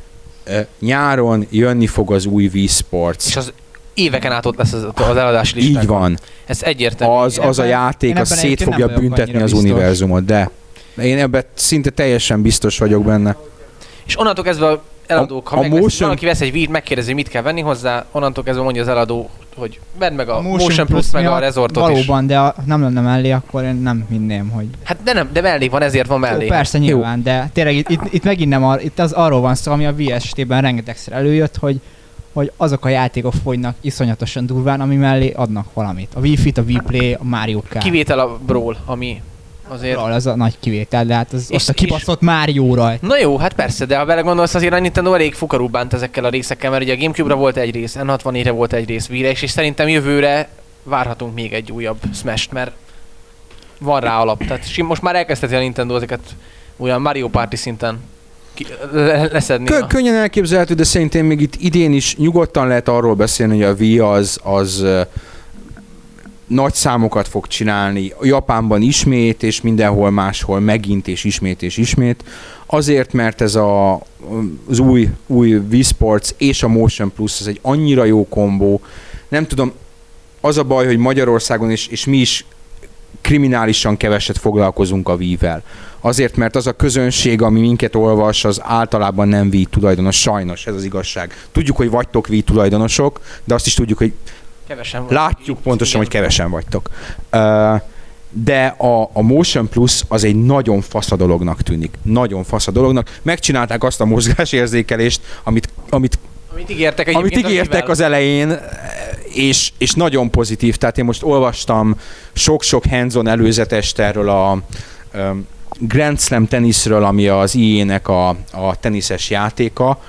Nyáron jönni fog az új Wii Sports. És az éveken át ott lesz az, az eladási listákon. Így van. Ez egyértelmű. Az, az a játék, az szét fogja büntetni az univerzumot, de én ebben szinte teljesen biztos vagyok benne. És onnantól kezdve a eladók, ha a megvesz, motion... valaki vesz egy Wii-t, megkérdezi, mit kell venni hozzá, onnantól kezdve mondja az eladó, hogy vedd meg a, a Motion, Motion Plus, meg a Resortot valóban, is. Valóban, de a, nem lenne mellé, akkor én nem hinném, hogy... Hát de nem, de mellé van, ezért van mellé. Jó, persze, nyilván, jó. De tényleg itt, itt, itt megint nem, ar, itt az arról van szó, ami a Wii esetében rengetegszer előjött, hogy hogy azok a játékok fogynak iszonyatosan durván, ami mellé adnak valamit. A Wii Fit, a Wii Play, a Mario Kart. Kivétel a Brawl, ami azért... Brawl, az a nagy kivétel, de hát az, és, a kibaszott Mario rajta. Na jó, hát persze, de ha belegondolsz, azért a Nintendo elég fukarú bánt ezekkel a részekkel, mert ugye a Gamecube-ra volt egy rész, en hatvannégyre volt egy rész, Wii-re is, és szerintem jövőre várhatunk még egy újabb Smash-t, mert van rá alap. Tehát most már elkezdheti a Nintendo ezeket olyan Mario Party szinten ki, leszedni. Kö- könnyen elképzelhető, de szerintem még itt idén is nyugodtan lehet arról beszélni, hogy a Wii az, az uh, nagy számokat fog csinálni. Japánban ismét, és mindenhol máshol megint, és ismét, és ismét. Azért, mert ez a, az új, új Wii Sports és a Motion Plus, ez egy annyira jó kombó. Nem tudom, az a baj, hogy Magyarországon, és, és mi is kriminálisan keveset foglalkozunk a Wii-vel. Azért, mert az a közönség, ami minket olvas, az általában nem Wii tulajdonos. Sajnos, ez az igazság. Tudjuk, hogy vagytok Wii tulajdonosok, de azt is tudjuk, hogy kevesen látjuk pontosan, hogy kevesen vagytok. Uh, de a, a Motion Plus az egy nagyon fasz a dolognak tűnik. Nagyon fasz a dolognak. Megcsinálták azt a mozgásérzékelést, amit, amit Amit ígértek, amit ígértek az elején, és, és nagyon pozitív. Tehát én most olvastam sok-sok hands-on előzetest erről a um, Grand Slam teniszről, ami az i á-nek a, a teniszes játéka,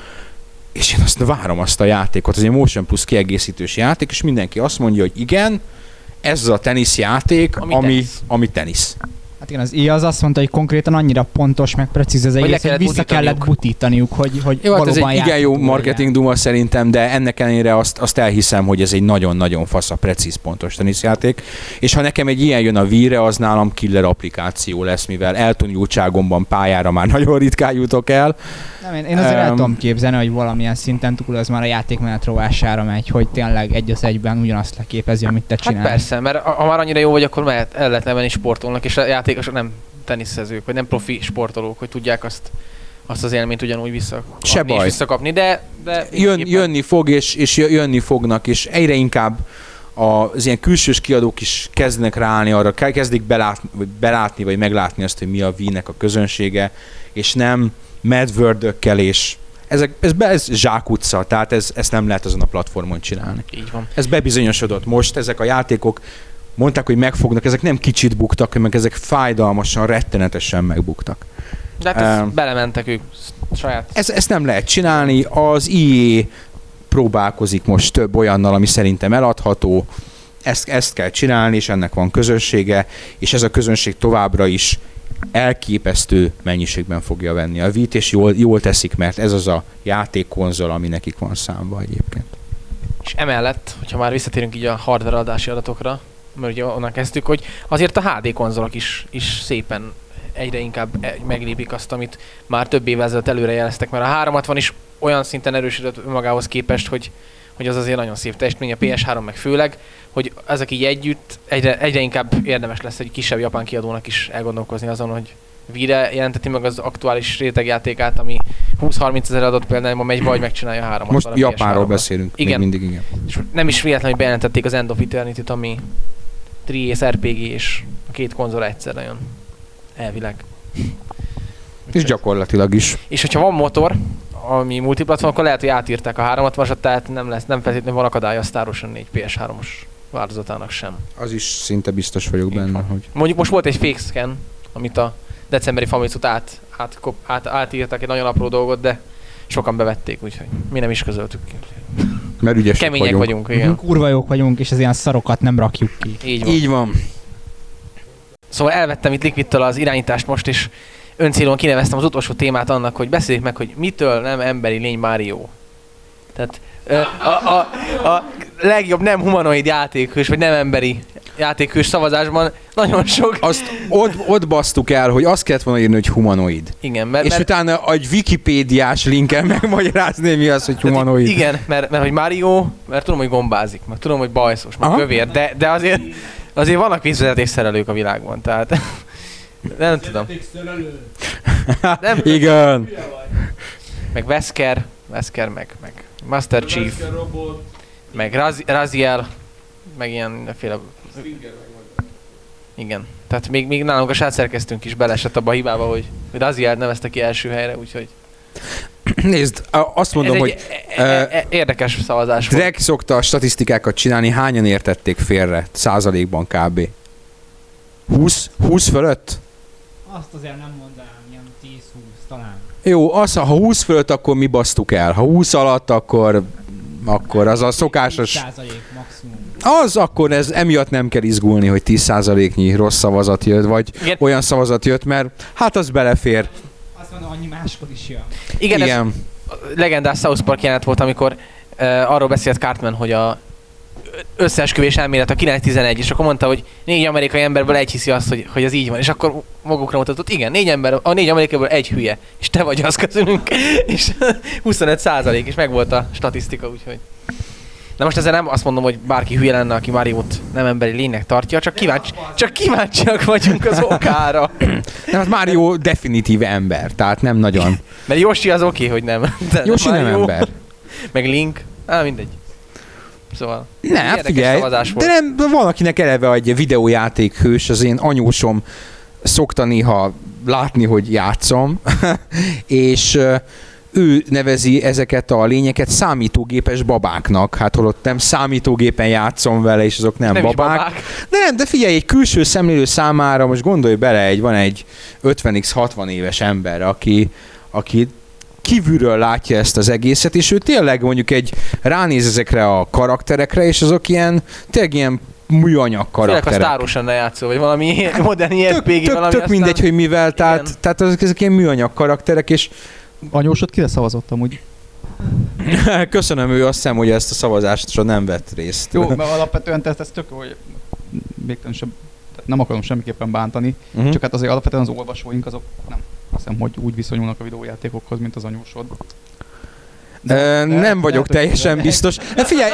és én azt várom azt a játékot. Ez egy Motion Plus kiegészítős játék, és mindenki azt mondja, hogy igen, ez az a teniszjáték, ami, ami, tenisz. ami tenisz. Hát igen, az i á az azt mondta, hogy konkrétan annyira pontos, meg precíz az egész, hogy vissza kellett butítaniuk, hogy, hogy jó, valóban hát ez egy igen jó marketing duma szerintem, de ennek ellenére azt, azt elhiszem, hogy ez egy nagyon-nagyon fasz a precíz pontos teniszjáték. És ha nekem egy ilyen jön a Wii-re, az nálam killer applikáció lesz, mivel eltanultságomban pályára már nagyon ritkán jutok el. Nem, én, én azért um, el tudom képzelni, hogy valamilyen szinten túl az már a játékmenet rovására megy, hogy tényleg egy az egyben ugyanazt leképezi, amit te csinálsz. Hát persze, mert ha már annyira jó vagy, akkor mehet, el lehet levenni sportolnak, és a játékosok nem teniszezők, vagy nem profi sportolók, hogy tudják azt, azt az élményt ugyanúgy visszakapni, és visszakapni, de, de Jön, jönni fog, és, és jönni fognak, és egyre inkább az ilyen külsős kiadók is kezdenek ráállni arra, kezdik belátni, vagy belátni, vagy meglátni azt, hogy mi a Wii-nek a közönsége, és nem medvördökkel, és ezek, ez, ez zsákutca, tehát ez, ezt nem lehet azon a platformon csinálni. Így van. Ez bebizonyosodott most, ezek a játékok mondták, hogy megfognak, ezek nem kicsit buktak, meg ezek fájdalmasan, rettenetesen megbuktak. De hát ezt uh, belementek ők saját. Ez, ezt nem lehet csinálni, az i á próbálkozik most több olyannal, ami szerintem eladható, ezt, ezt kell csinálni, és ennek van közönsége, és ez a közönség továbbra is elképesztő mennyiségben fogja venni a Wii-t, és jól, jól teszik, mert ez az a játékkonzol, ami nekik van számba egyébként. És emellett, hogyha már visszatérünk így a hardware adási adatokra, mert ugye onnan kezdtük, hogy azért a há dé konzolok is, is szépen egyre inkább meglépik azt, amit már több évvel ezelőtt előre jeleztek, mert a háromszázhatvan is olyan szinten erősödött magához képest, hogy, hogy az azért nagyon szép teljesítmény, a pé es három meg főleg, hogy ezek így együtt egyre, egyre inkább érdemes lesz egy kisebb japán kiadónak is elgondolkozni azon, hogy Wii-re jelenteti meg az aktuális rétegjátékát, ami húsz-harminc ezer adott például megy, vagy megcsinálja a háromszázhatvan. Most Japánról beszélünk, igen. még mindig igen. És nem is véletlenül, hogy bejelentették az End of Eternity-t, ami három es er pé gé, és a két konzol egyszerre jön. Elvileg. És gyakorlatilag is. És hogyha van motor, ami multiplatform, akkor lehet, hogy átírták a háromszázhatvanasat, tehát nem lesz, nem feltétlenül van akadálya a Star Ocean négy pé es háromos változatának sem. Az is szinte biztos vagyok benne, hogy... Mondjuk most volt egy fake scan amit a decemberi Famicot át, át, át, átírtak egy nagyon apró dolgot, de sokan bevették, úgyhogy mi nem is közöltük ki. Mert ügyesek Kemények vagyunk, vagyunk igen. Kurva jók vagyunk, és az ilyen szarokat nem rakjuk ki. Így van. Így van. Szóval elvettem itt Liquidtől az irányítást most, és öncélon kineveztem az utolsó témát annak, hogy beszéljük meg, hogy mitől nem emberi lény Mario. Tehát a, a, a legjobb nem humanoid játékhős, vagy nem emberi játékhős szavazásban nagyon sok... Azt ott, ott basztuk el, hogy azt kellett volna írni, hogy humanoid. Igen, mert... És mert, utána egy wikipédiás linken megmagyarázni, mi az, hogy humanoid. Igen, mert, mert hogy Mario, mert tudom, hogy gombázik, meg tudom, hogy bajszos, meg kövér, de, de azért, azért vannak vízvezetékszerelők a világban, tehát... Nem tudom. Nem. Igen. Meg Wesker, Wesker, meg, meg Master Chief, meg Raz- Raziel, meg ilyen mindenféle... Igen. Tehát még, még nálunk a sátszerkeztünk is beleesett abba a hibába, hogy Raziel nevezte ki első helyre, úgyhogy... Nézd, azt mondom, ez hogy... egy e- e- e- érdekes szavazás volt. Drake szokta a statisztikákat csinálni, hányan értették félre százalékban kb. húsz? húsz fölött? Azt azért nem mondanám, ilyen tíz-húsz talán. Jó, az, ha húsz fölött, akkor mi basztuk el. Ha húsz alatt, akkor, akkor az a szokásos... tíz százalék maximum. Az akkor ez emiatt nem kell izgulni, hogy tíz százaléknyi rossz szavazat jött, vagy Igen. olyan szavazat jött, mert hát az belefér. Azt mondom, annyi máskor is jön. Igen, Igen. ez legendás South Park jelenet volt, amikor uh, arról beszélt Cartman, hogy a összeesküvés elmélet a kilenc tizenegy, és akkor mondta, hogy négy amerikai emberből egy hiszi azt, hogy, hogy ez így van, és akkor magukra mutatott, igen, négy ember, a négy amerikaiból egy hülye, és te vagy az közülünk, és huszonöt százalék, és meg volt a statisztika, úgyhogy. Na most ezzel nem azt mondom, hogy bárki hülye lenne, aki Mariót nem emberi lénynek tartja, csak, kíváncsi, csak kíváncsiak vagyunk az okára. Nem, hát Mario definitíve ember, tehát nem nagyon. Mert Yoshi az oké, okay, hogy nem. De Yoshi nem Mario, ember. Meg Link, á, mindegy. Szóval... Nem, érdekes figyelj, szavazás volt. de nem, van akinek eleve egy videójáték hős, az én anyósom szokta néha látni, hogy játszom, és ő nevezi ezeket a lényeket számítógépes babáknak, hát holott nem számítógépen játszom vele, és azok nem, Nem is babák. babák. De nem, de figyelj, egy külső szemlélő számára, most gondolj bele, egy, van egy ötven hatvan éves ember, aki, aki kívülről látja ezt az egészet, és ő tényleg mondjuk egy ránéz ezekre a karakterekre, és azok ilyen, tényleg ilyen műanyag karakterek. Főleg a Star Ocean-nel játszol, vagy valami modern i er pé gé, Tök, valami tök aztán... mindegy, hogy mivel, tehát, tehát azok, ezek ilyen műanyag karakterek, és Anyósod kire szavazott amúgy? köszönöm, ő azt hiszem, hogy ezt a szavazást nem vett részt. Jó, mert alapvetően tehát ez tök jó, hogy végtelen sem, tehát nem akarom semmiképpen bántani, Uh-huh. csak hát azért alapvetően az olvasóink azok nem azt hiszem, hogy úgy viszonyulnak a videójátékokhoz, mint az anyósod. De, de, nem vagyok de, teljesen de, biztos. De figyelj,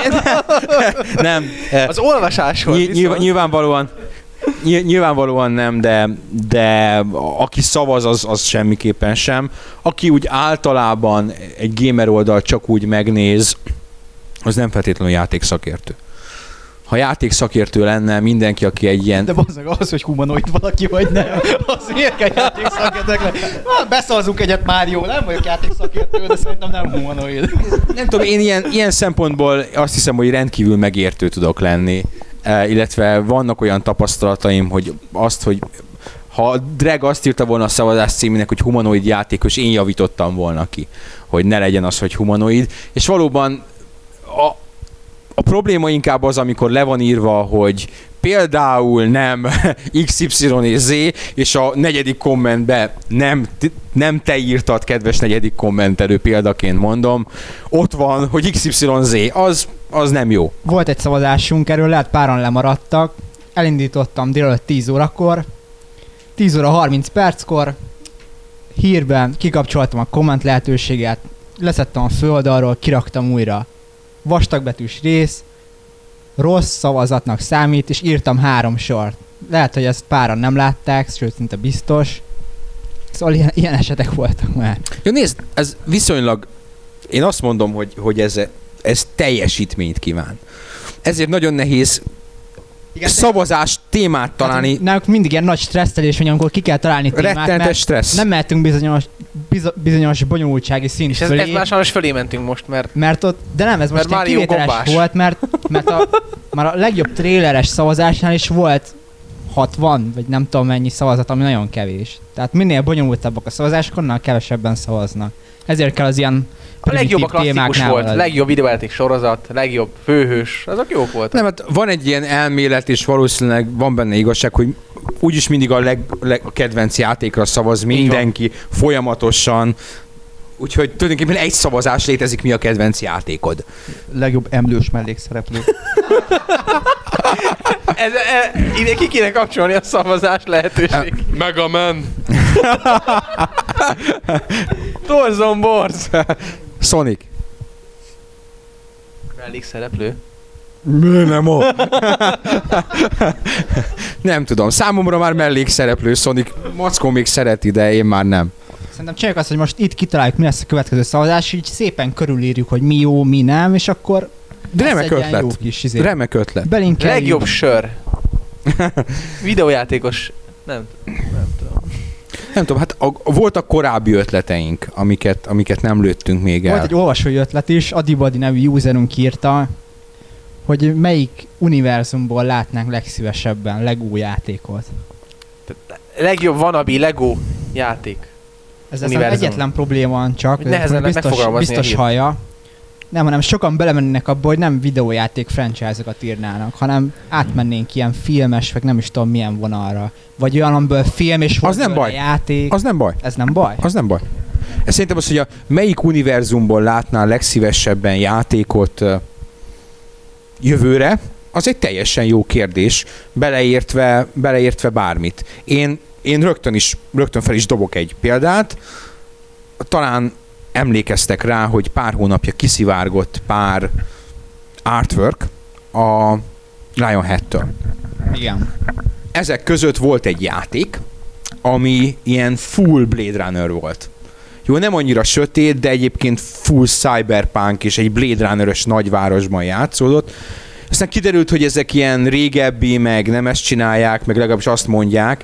nem. Az olvasáshoz Ny- viszont... nyilván, nyilvánvalóan, ny- nyilvánvalóan nem, de, de aki szavaz, az, az semmiképpen sem. Aki úgy általában egy gamer oldal csak úgy megnéz, az nem feltétlenül játékszakértő. Ha játékszakértő lenne mindenki, aki egy ilyen... De bazzeg az, hogy humanoid valaki vagy nem, az miért kell játékszakértőnek lenni? Hát beszavazunk egyet Mário, nem vagyok játékszakértő, de szerintem nem humanoid. Nem tudom, én ilyen, ilyen szempontból azt hiszem, hogy rendkívül megértő tudok lenni, e, illetve vannak olyan tapasztalataim, hogy azt, hogy ha Drag azt írta volna a szavazás címének, hogy humanoid játékos, én javítottam volna ki, hogy ne legyen az, hogy humanoid, és valóban a, a probléma inkább az, amikor le van írva, hogy például nem iksz ipszilon és Z, és a negyedik kommentbe nem, nem te írtad, kedves negyedik kommentelő, példaként mondom, ott van, hogy iksz ipszilon Z, az, az nem jó. Volt egy szavazásunk, erről lehet páran lemaradtak. Elindítottam délelőtt tíz órakor, tíz óra harminc perckor, hírben kikapcsoltam a komment lehetőséget, leszettem a főoldalról, kiraktam újra. Vastagbetűs rész, rossz szavazatnak számít, és írtam három sort. Lehet, hogy ezt páran nem látták, sőt, szinte biztos. Szóval ilyen, ilyen esetek voltak már. Jó, nézd, ez viszonylag, én azt mondom, hogy, hogy ez, ez teljesítményt kíván. Ezért nagyon nehéz Igen, szavazás témát találni. Hát, nálunk mindig ilyen nagy stresszelés van, amikor ki kell találni témát, Rettenetes mert stressz. nem mehetünk bizonyos, bizo- bizonyos bonyolultsági szint És ez, fölé. ez már sajnos fölé mentünk most, mert Mert ott, de nem, ez most Mert egy Mario kivételes gombás. volt, mert, mert a, már a legjobb tréleres szavazásnál is volt hatvan, vagy nem tudom mennyi szavazat, ami nagyon kevés. Tehát minél bonyolultabbak a szavazások, annál kevesebben szavaznak. Ezért kell az ilyen A legjobb a klasszikus témáknál volt, maradni. legjobb videójáték sorozat, legjobb főhős, azok jók voltak. Nem, hát van egy ilyen elmélet, és valószínűleg van benne igazság, hogy úgyis mindig a leg, leg a kedvenc játékra szavaz mindenki folyamatosan. Úgyhogy tulajdonképpen egy szavazás létezik, mi a kedvenc játékod. Legjobb emlős mellékszereplő. Ez, e, ide ki kéne kapcsolni a szavazás lehetőség. Mega Man! Torzon Borz! Sonic. Mellékszereplő. Nem o. Nem tudom, számomra már mellékszereplő Sonic. Mackó még szereti, de én már nem. Szerintem csináljuk azt, hogy most itt kitaláljuk, mi lesz a következő szavazás, így szépen körülírjuk, hogy mi jó, mi nem, és akkor De lesz remek egy ilyen jó ötlet. kis izé. Remek ötlet. Belinkeljük. Legjobb sör. Videójátékos. Nem tudom. Nem tudom. Nem tudom, hát a, voltak korábbi ötleteink, amiket, amiket nem lőttünk még el. Volt egy olvasói ötlet is, Adibadi nevű userünk írta, hogy melyik univerzumból látnánk legszívesebben Lego játékot. Legjobb wannabe Lego játék. Ez az Univerzum. egyetlen probléma van csak, Hogy nehezen hogy lehet biztos, megfogalmazni a biztos hírt. hallja. Nem, hanem sokan belemennének abba, hogy nem videójáték franchise-okat írnának, hanem átmennénk ilyen filmes, vagy nem is tudom milyen vonalra. Vagy olyan, amiből film és volt Az nem belőle baj. játék. Az nem baj. Ez nem baj? Az nem baj. Ez szerintem az, hogy a melyik univerzumból látnál legszívesebben játékot ö, jövőre, az egy teljesen jó kérdés, beleértve, beleértve bármit. Én, én rögtön, is, rögtön fel is dobok egy példát. Talán emlékeztek rá, hogy pár hónapja kiszivárgott pár artwork a Lionhead-től. Igen. Ezek között volt egy játék, ami ilyen full Blade Runner volt. Jó, nem annyira sötét, de egyébként full cyberpunk és egy Blade Runner-ös nagyvárosban játszódott. Aztán kiderült, hogy ezek ilyen régebbi, meg nem ezt csinálják, meg legalábbis azt mondják,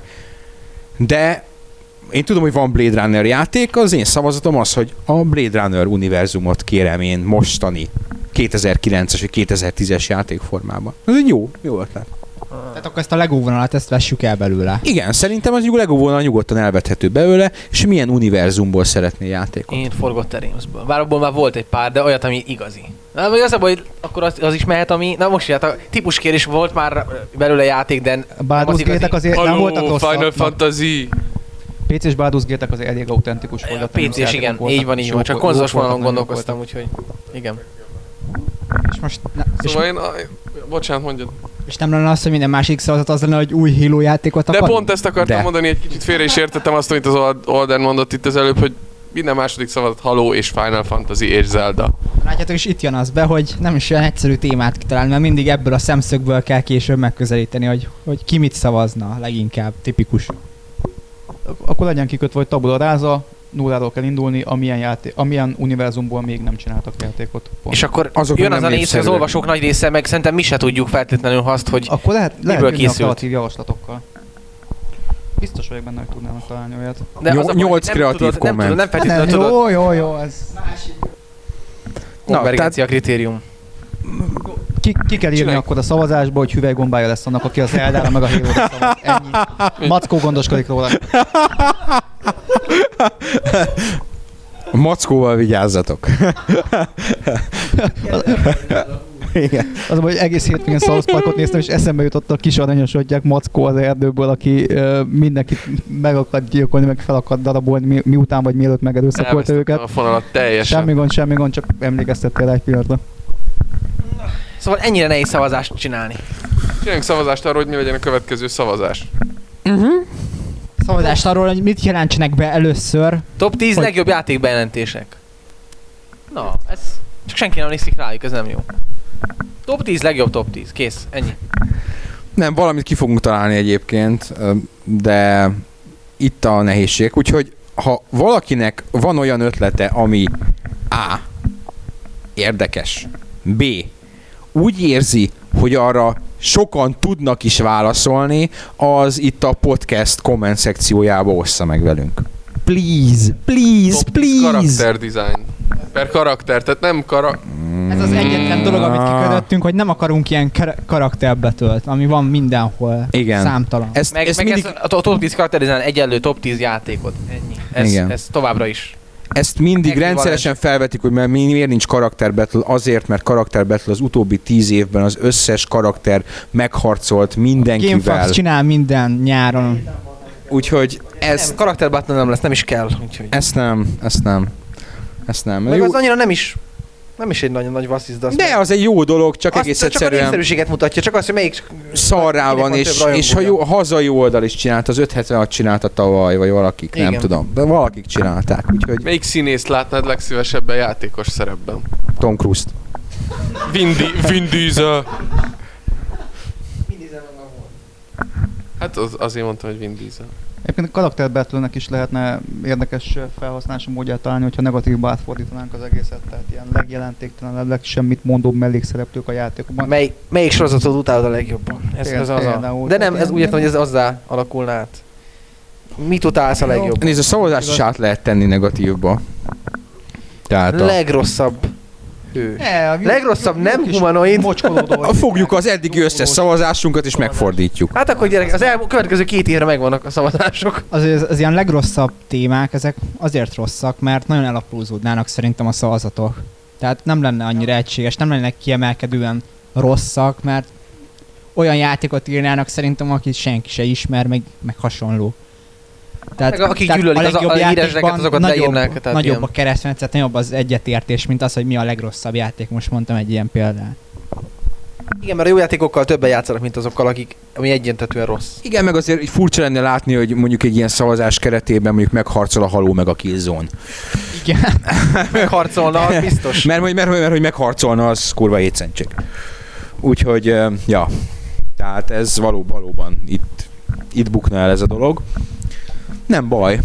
de én tudom, hogy van Blade Runner játék, az én szavazatom az, hogy a Blade Runner univerzumot kérem én mostani kétezer-kilences vagy kétezer-tízes játékformában. Ez egy jó, jó ötlet. Tehát akkor ezt a Lego vonalat, ezt vessük el belőle. Igen, szerintem az Lego volna nyugodtan elvethető belőle, és milyen univerzumból szeretné játékot. Én Forgotten Realms-ből. Bár abból már volt egy pár, de olyat, ami igazi. Na, vagy az, hogy akkor az, az is mehet, ami... Na most hát a típuskérés volt már belőle játék, de nem az Baldur's igazi. Gate-ek azért nem voltak Halló, rosszak. Final Fantasy! pé cés Baldur's Gate-ek azért elég autentikus A voltak. pé cés, igen, így van, így van. Csak konzolos vonalon gondolkoztam, úgyhogy igen. És most ne, és, Szóval én... A... Bocsánat, mondjad. és nem lenne az, hogy minden másik szavazat az lenne, hogy új Halo játékot De akarunk? pont ezt akartam De. mondani, egy kicsit félre is értettem azt, amit az Alden mondott itt az előbb, hogy minden második szavazat Halo és Final Fantasy és Zelda. Látjátok, és itt jön az be, hogy nem is olyan egyszerű témát kitalálni, mert mindig ebből a szemszögből kell később megközelíteni, hogy, hogy ki mit szavazna leginkább, tipikus. Akkor legyen kikötve, hogy tabula ráza, nulláról kell indulni, amilyen, játék, amilyen univerzumból még nem csináltak játékot. Pont. És akkor Azok jön nem az a néz, hogy az népszerűek. olvasók nagy része, meg szerintem mi se tudjuk feltétlenül azt, hogy Akkor lehet, lehet miből jönni a készült? kreatív javaslatokkal. Biztos vagyok benne, hogy tudnának találni olyat. de az Nyol- a baj, nyolc nem kreatív tudod, nem komment. tudod, nem feltétlenül Nem, tudod. jó, jó, jó, ez... Konvergencia kritérium. Ki, ki kell írni Csinálj. akkor a szavazásba, hogy hüvelygombája lesz annak, aki az Eldára meg a Halo-ra szavaz. Ennyi. Mackó gondoskodik róla. A mackóval vigyázzatok. Igen. Az, hogy egész hétvégén South Parkot néztem, és eszembe jutott a kis aranyosodják Mackó az erdőből, aki uh, mindenkit meg akart gyilkolni, meg fel akart darabolni, mi, miután vagy mielőtt megerőszakolta Elvesztettem őket. a fonalat teljesen. Semmi gond, semmi gond, csak emlékeztettél egy pillanatra. Szóval ennyire nehéz szavazást csinálni. Csináljunk szavazást arról, hogy mi legyen a következő szavazás. Szavazást arról, hogy mit jelentsenek be először. Top tíz Hogy- legjobb játékbejelentések. Na, ez... Csak senki nem nézik rájuk, ez nem jó. Top tíz legjobb top tíz. Kész, ennyi. Nem, valamit ki fogunk találni egyébként, de itt a nehézség. Úgyhogy ha valakinek van olyan ötlete, ami A. érdekes, B. úgy érzi, hogy arra sokan tudnak is válaszolni, az itt a podcast komment szekciójába ossza meg velünk. Please, please, Top tíz please. karakter design. Per karakter, tehát nem kara... Mm, Ez az egyetlen dolog, amit kikötöttünk, hogy nem akarunk ilyen kar- karakterbetölt, ami van mindenhol. Igen. Számtalan. Ezt, Meg, ezt meg mindig, ez a to- top tíz karakterizál egyenlő top tíz játékot. Ennyi. Ez, Igen. ez továbbra is. ezt mindig Ekvivalens. rendszeresen felvetik, hogy mert mi- miért nincs karakter battle, azért, mert karakter battle az utóbbi tíz évben az összes karakter megharcolt mindenkivel. Gamefax csinál minden nyáron. Úgyhogy ezt, Nem, karakter battle nem lesz, nem is kell. Úgyhogy. ezt nem, ezt nem. Ezt nem. Meg Jó, az annyira nem is, nem is egy nagyon nagy vasszizda. de az egy jó dolog, csak azt, egész csak a egyszerűen népszerűséget mutatja, csak azt, hogy melyik szarrá kinek van, van és, több és ha jó, rajongója. a hazai oldal is csinált, az öt hetvenhat csinálta tavaly, vagy valakik, nem Igen. tudom, de valakik csinálták, úgyhogy Melyik színészt látnád legszívesebben játékos szerepben? Tom Cruise-t. Vin, Di- Vin Diesel. Hát az, azért mondtam, hogy Vin Diesel. Egyébként a karakter battle-nek is lehetne érdekes felhasználási módját találni, hogyha negatívba átfordítanánk az egészet, tehát ilyen legjelentéktelenebb, legsemmit mondóbb mellékszereplők a játékokban. Mely, melyik sorozatot utálod a legjobban? Ez, ez az a... Például. De nem, ez úgy értem, hogy ez azzá alakulna át. Mit utálsz a legjobban? Nézd, a szavazást is át lehet tenni negatívba. Tehát a, Legrosszabb hős. Ne, a- Legrosszabb nem jó kis humanoid. mocskolódó- a fogjuk az eddigi összes szavazásunkat és megfordítjuk. Hát akkor gyerek, az el, következő két évre megvannak a szavazások. Az, az, az ilyen legrosszabb témák, ezek azért rosszak, mert nagyon elaprózódnának szerintem a szavazatok. Tehát nem lenne annyira egységes, nem lennek kiemelkedően rosszak, mert olyan játékot írnának szerintem, akit senki se ismer, meg, meg hasonló. Meg akik gyűlölik az a- legjobb a híreseket, játékban azokat nagyobb, leírnák, tehát nagyobb ilyen. a keresztmetszet, nagyobb az egyetértés, mint az, hogy mi a legrosszabb játék. Most mondtam egy ilyen példát. Igen, mert a jó játékokkal többen játszanak, mint azokkal, akik, ami egyöntetően rossz. Igen, meg azért így furcsa lenne látni, hogy mondjuk egy ilyen szavazás keretében mondjuk megharcol a haló meg a Killzone. Igen. Megharcolna, az biztos. Mert, mert, mert, mert hogy megharcolna, az kurva hétszentség. Úgyhogy, ö, ja, tehát ez való, valóban itt, itt bukna el ez a dolog. Nem baj.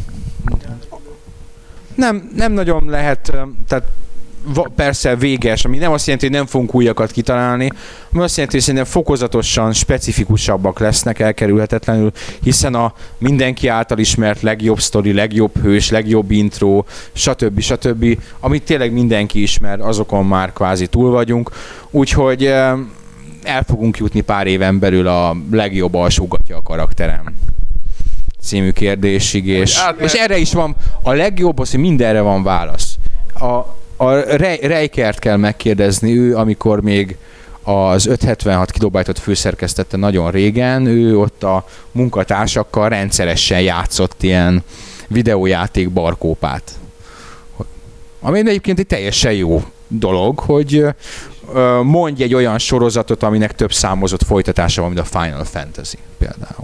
Nem, nem nagyon lehet, ö, tehát va, persze véges, ami nem azt jelenti, hogy nem fogunk újakat kitalálni, ami azt jelenti, hogy szerintem fokozatosan specifikusabbak lesznek elkerülhetetlenül, hiszen a mindenki által ismert legjobb sztori, legjobb hős, legjobb intro, stb. stb. Amit tényleg mindenki ismer, azokon már kvázi túl vagyunk, úgyhogy eh, el fogunk jutni pár éven belül a legjobb alsógatja a karakterem című kérdésig, és, átmehet- és erre is van, a legjobb az, hogy mindenre van válasz. A, a Rej- Reikert kell megkérdezni, ő amikor még az ötszázhetvenhat kilobajtot főszerkesztette nagyon régen, ő ott a munkatársakkal rendszeresen játszott ilyen videójáték barkópát. Ami egyébként egy teljesen jó dolog, hogy ö, mondj egy olyan sorozatot, aminek több számozott folytatása van, mint a Final Fantasy például.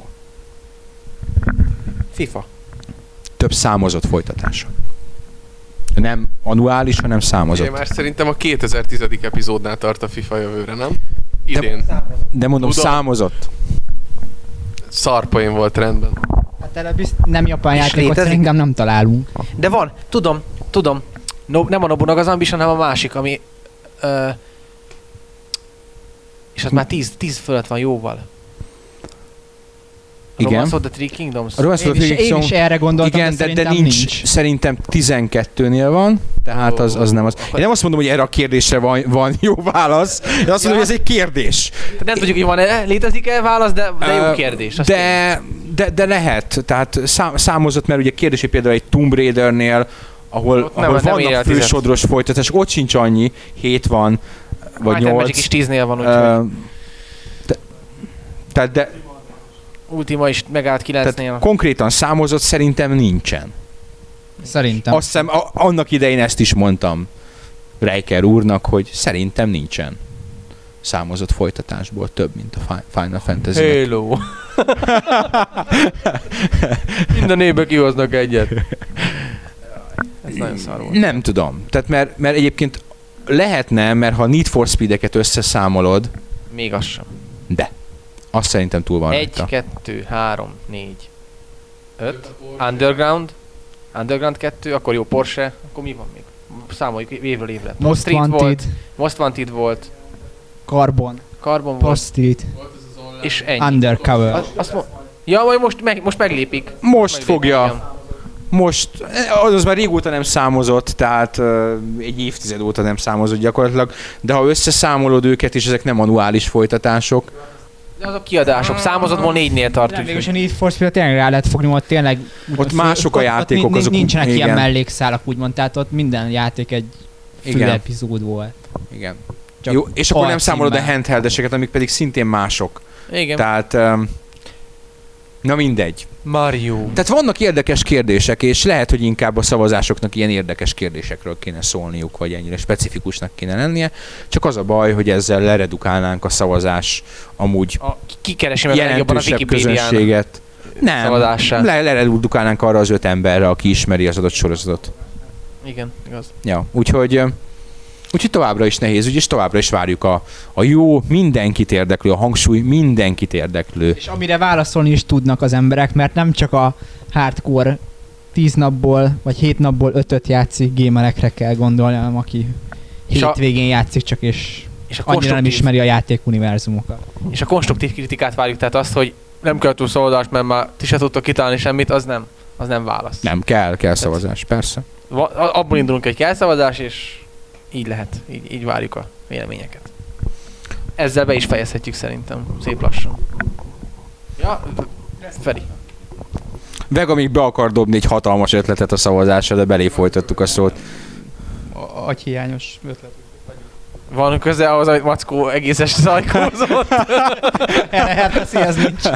FIFA. Több számozott folytatása. Nem annuális, hanem számozott. Én már szerintem a kétezer-tíz. epizódnál tart a FIFA jövőre, nem? Idén. De mondom, Tudom. számozott. Szarpoén volt rendben. Hát erre bizt, nem japán És játékot létezik? szerintem nem találunk. De van, tudom, tudom. No, nem a Nobunaga az Ambition, hanem a másik, ami... Ö, és az már tíz, tíz fölött van jóval. Igen. Romance of the Three Kingdoms. A Romance Én of the is, Three én Kingdoms- is erre gondoltam, igen, de, de, de szerintem nincs, nincs. szerintem tizenkettőnél van, tehát az, az nem az. Én nem azt mondom, hogy erre a kérdésre van, van jó válasz, én azt mondom, hogy ez egy kérdés. Tehát nem tudjuk, hogy van-e, létezik-e válasz, de, de jó Ö, kérdés. azt tényleg. De, de, de lehet, tehát szám, számozott, mert ugye kérdés, hogy például egy Tomb Raidernél, ahol, Ott nem- ahol nem éri el vannak tizet. fősodros folytatás, ott sincs annyi, hét van, vagy Might and Magic nyolc. is tíznél van, úgyhogy Ö, te- Tehát de, Ultima is megállt kilencnél. tehát konkrétan számozott szerintem nincsen. Szerintem. Azt hiszem, a, annak idején ezt is mondtam Reiker úrnak, hogy szerintem nincsen számozott folytatásból több, mint a Fi- Final Fantasy. Halo. Minden évben kihoznak egyet. Ez nagyon szar volt. Nem tudom. Tehát mert, mert egyébként lehetne, mert ha Need for Speed-eket összeszámolod, Még az sem. de azt szerintem túl van Egy, rajta. kettő, három, négy, öt. Underground. Underground kettő, akkor jó Porsche. Akkor mi van még? Számoljuk évről évre. Most Street Wanted, volt. Most Wanted volt. Carbon, Carbon volt. Post Street, És ennyi. Undercover. Az, azt mo- ja, majd most, meg, most meglépik. Most Meglépik, fogja, igen. most, az már régóta nem számozott, tehát egy évtized óta nem számozott gyakorlatilag, de ha összeszámolod őket, és ezek nem annuális folytatások. De azok kiadások. Számozatból négynél tart. De végülis a Need for Speed tényleg rá lehet fogni, ott tényleg... Ott mások a játékok, ott azok... nincsenek igen. ilyen mellékszálak, úgymond, tehát ott minden játék egy Igen. fül epizód volt. Igen. Csak Jó, és akkor nem alcímmel. számolod a handheldeseket, amik pedig szintén mások. Igen. Tehát... Um, na mindegy. Mario. Tehát vannak érdekes kérdések, és lehet, hogy inkább a szavazásoknak ilyen érdekes kérdésekről kéne szólniuk, vagy ennyire specifikusnak kéne lennie. Csak az a baj, hogy ezzel leredukálnánk a szavazás amúgy A, ki keresi meg a legjobban a jelentősebb Wikipédián közönséget. Nem, szavazását. le, leredukálnánk arra az öt emberre, aki ismeri az adott sorozatot. Igen, igaz. Ja, úgyhogy, ö, úgyhogy továbbra is nehéz, úgyis továbbra is várjuk a, a jó, mindenkit érdeklő, a hangsúly mindenkit érdeklő. És amire válaszolni is tudnak az emberek, mert nem csak a hardcore tíz napból, vagy hét napból ötöt játszik gamerekre kell gondolni, hanem aki És a- hétvégén játszik csak, és, És a, annyira nem konstruktív, ismeri a játékuniverzumokat. és a konstruktív kritikát várjuk, tehát azt, hogy nem kell túl szavazást, mert már ti se tudtok kitalálni semmit, az nem, az nem válasz. Nem, kell, kell szavazás, persze. Va- a- abból indulunk, hogy kell szavazás, és így lehet, így, így várjuk a véleményeket. Ezzel be is fejezhetjük szerintem, szép lassan. Ja, Feri. Vega még be akar dobni egy hatalmas ötletet a szavazásra, de belé folytattuk a szót. A- Agyhiányos ötlet. Van köze ahhoz, amit Mackó egészes szajkózott. Hát ez nincs.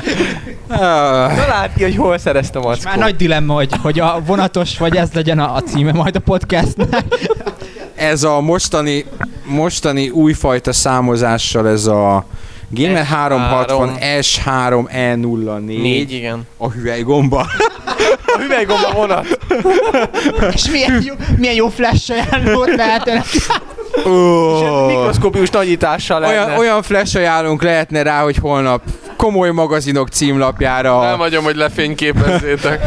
Na lát ki, hogy hol szerezte Mackó. Már nagy dilemma, hogy, hogy a vonatos vagy ez legyen a, a címe majd a podcastnek. Ez a mostani, mostani újfajta számozással, ez a Gamer S háromszázhatvan három. S három E nulla Négy, négy igen. a hüvelygomba. A hüvelygomba vonat. És milyen jó, milyen jó flash ajánlót lehetne. Oh. Mikroszkópius nagyítással Olyan, lehetne. olyan flash ajánlónk lehetne rá, hogy holnap komoly magazinok címlapjára. Nem hagyom, hogy lefényképezzétek.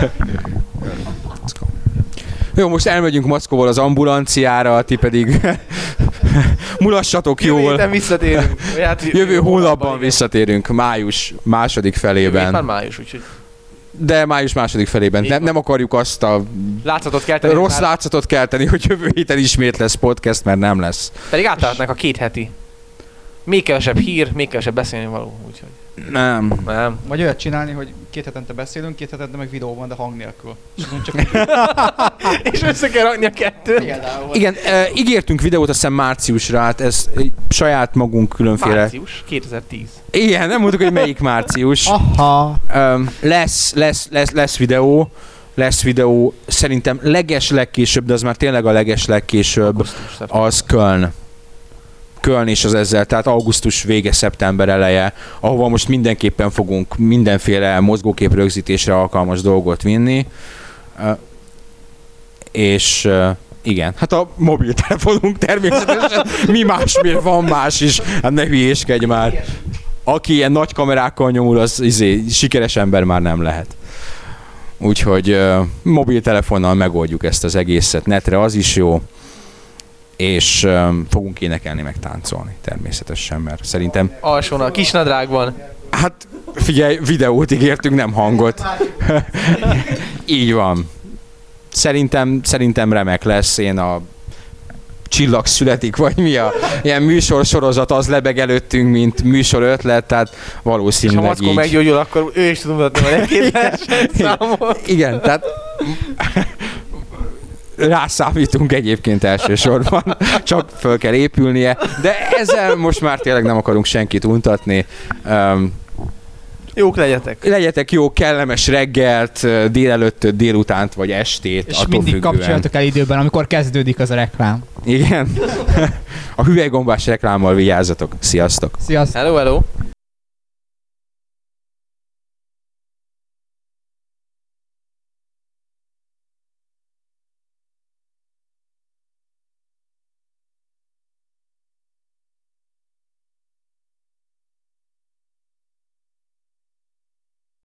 Jó, most elmegyünk Mackóval az ambulanciára, ti pedig mulassatok Jövő jól. héten visszatérünk. Vagy hát Jövő hónapban igen. visszatérünk, május második Jövő hét már felében. május, úgyhogy De május második felében. Így Nem, van. nem akarjuk azt a látszatot kell tenni. rossz már- látszatot kelteni, hogy jövő héten ismét lesz podcast, mert nem lesz. Pedig átállhatnánk a két heti. Még kevesebb hír, még kevesebb beszélni való, úgyhogy Nem. nem. Vagy olyat csinálni, hogy két hetente beszélünk, két hetente meg videó van, de hang nélkül. És azon csak És össze kell rakni a kettőt. például. Igen, e, ígértünk videót azt hiszem márciusra, hát ez egy saját magunk különféle... Március kétezer-tíz. Igen, nem mondtuk, hogy melyik március. Aha. Um, lesz, lesz, lesz, lesz videó, lesz videó, szerintem leges legkésőbb, de az már tényleg a leges legkésőbb, Augusztus, szeptember. az Köln. Köln is az ezzel, tehát augusztus vége, szeptember eleje, ahova most mindenképpen fogunk mindenféle mozgókép rögzítésre alkalmas dolgot vinni. Uh, és uh, igen, hát a mobiltelefonunk természetesen, mi más, miért van más is, hát ne hülyéskedj már. Aki ilyen nagy kamerákkal nyomul, az izé, sikeres ember már nem lehet. Úgyhogy uh, mobiltelefonnal megoldjuk ezt az egészet, netre az is jó, és um, fogunk énekelni, meg táncolni természetesen, mert szerintem, Alsón a kisnadrágban. hát figyelj, videót ígértünk, nem hangot. Így van. Szerintem, szerintem remek lesz, én a Csillag születik, vagy mi a ilyen műsorsorozat, az lebeg előttünk, mint műsor ötlet, tehát És ha valószínűleg Mackó így. meggyógyul, akkor ő is tud mutatni majd egy-két versenyszámot. Igen, tehát rászámítunk egyébként elsősorban, csak föl kell épülnie, de ezzel most már tényleg nem akarunk senkit untatni. Um, Jók legyetek. legyetek jó, kellemes reggelt, délelőttöt, délutánt vagy estét, És attól mindig függően. kapcsoljatok el időben, amikor kezdődik az a reklám. Igen. A hüvelygombás reklámmal vigyázzatok. Sziasztok! Sziasztok! Hello, hello.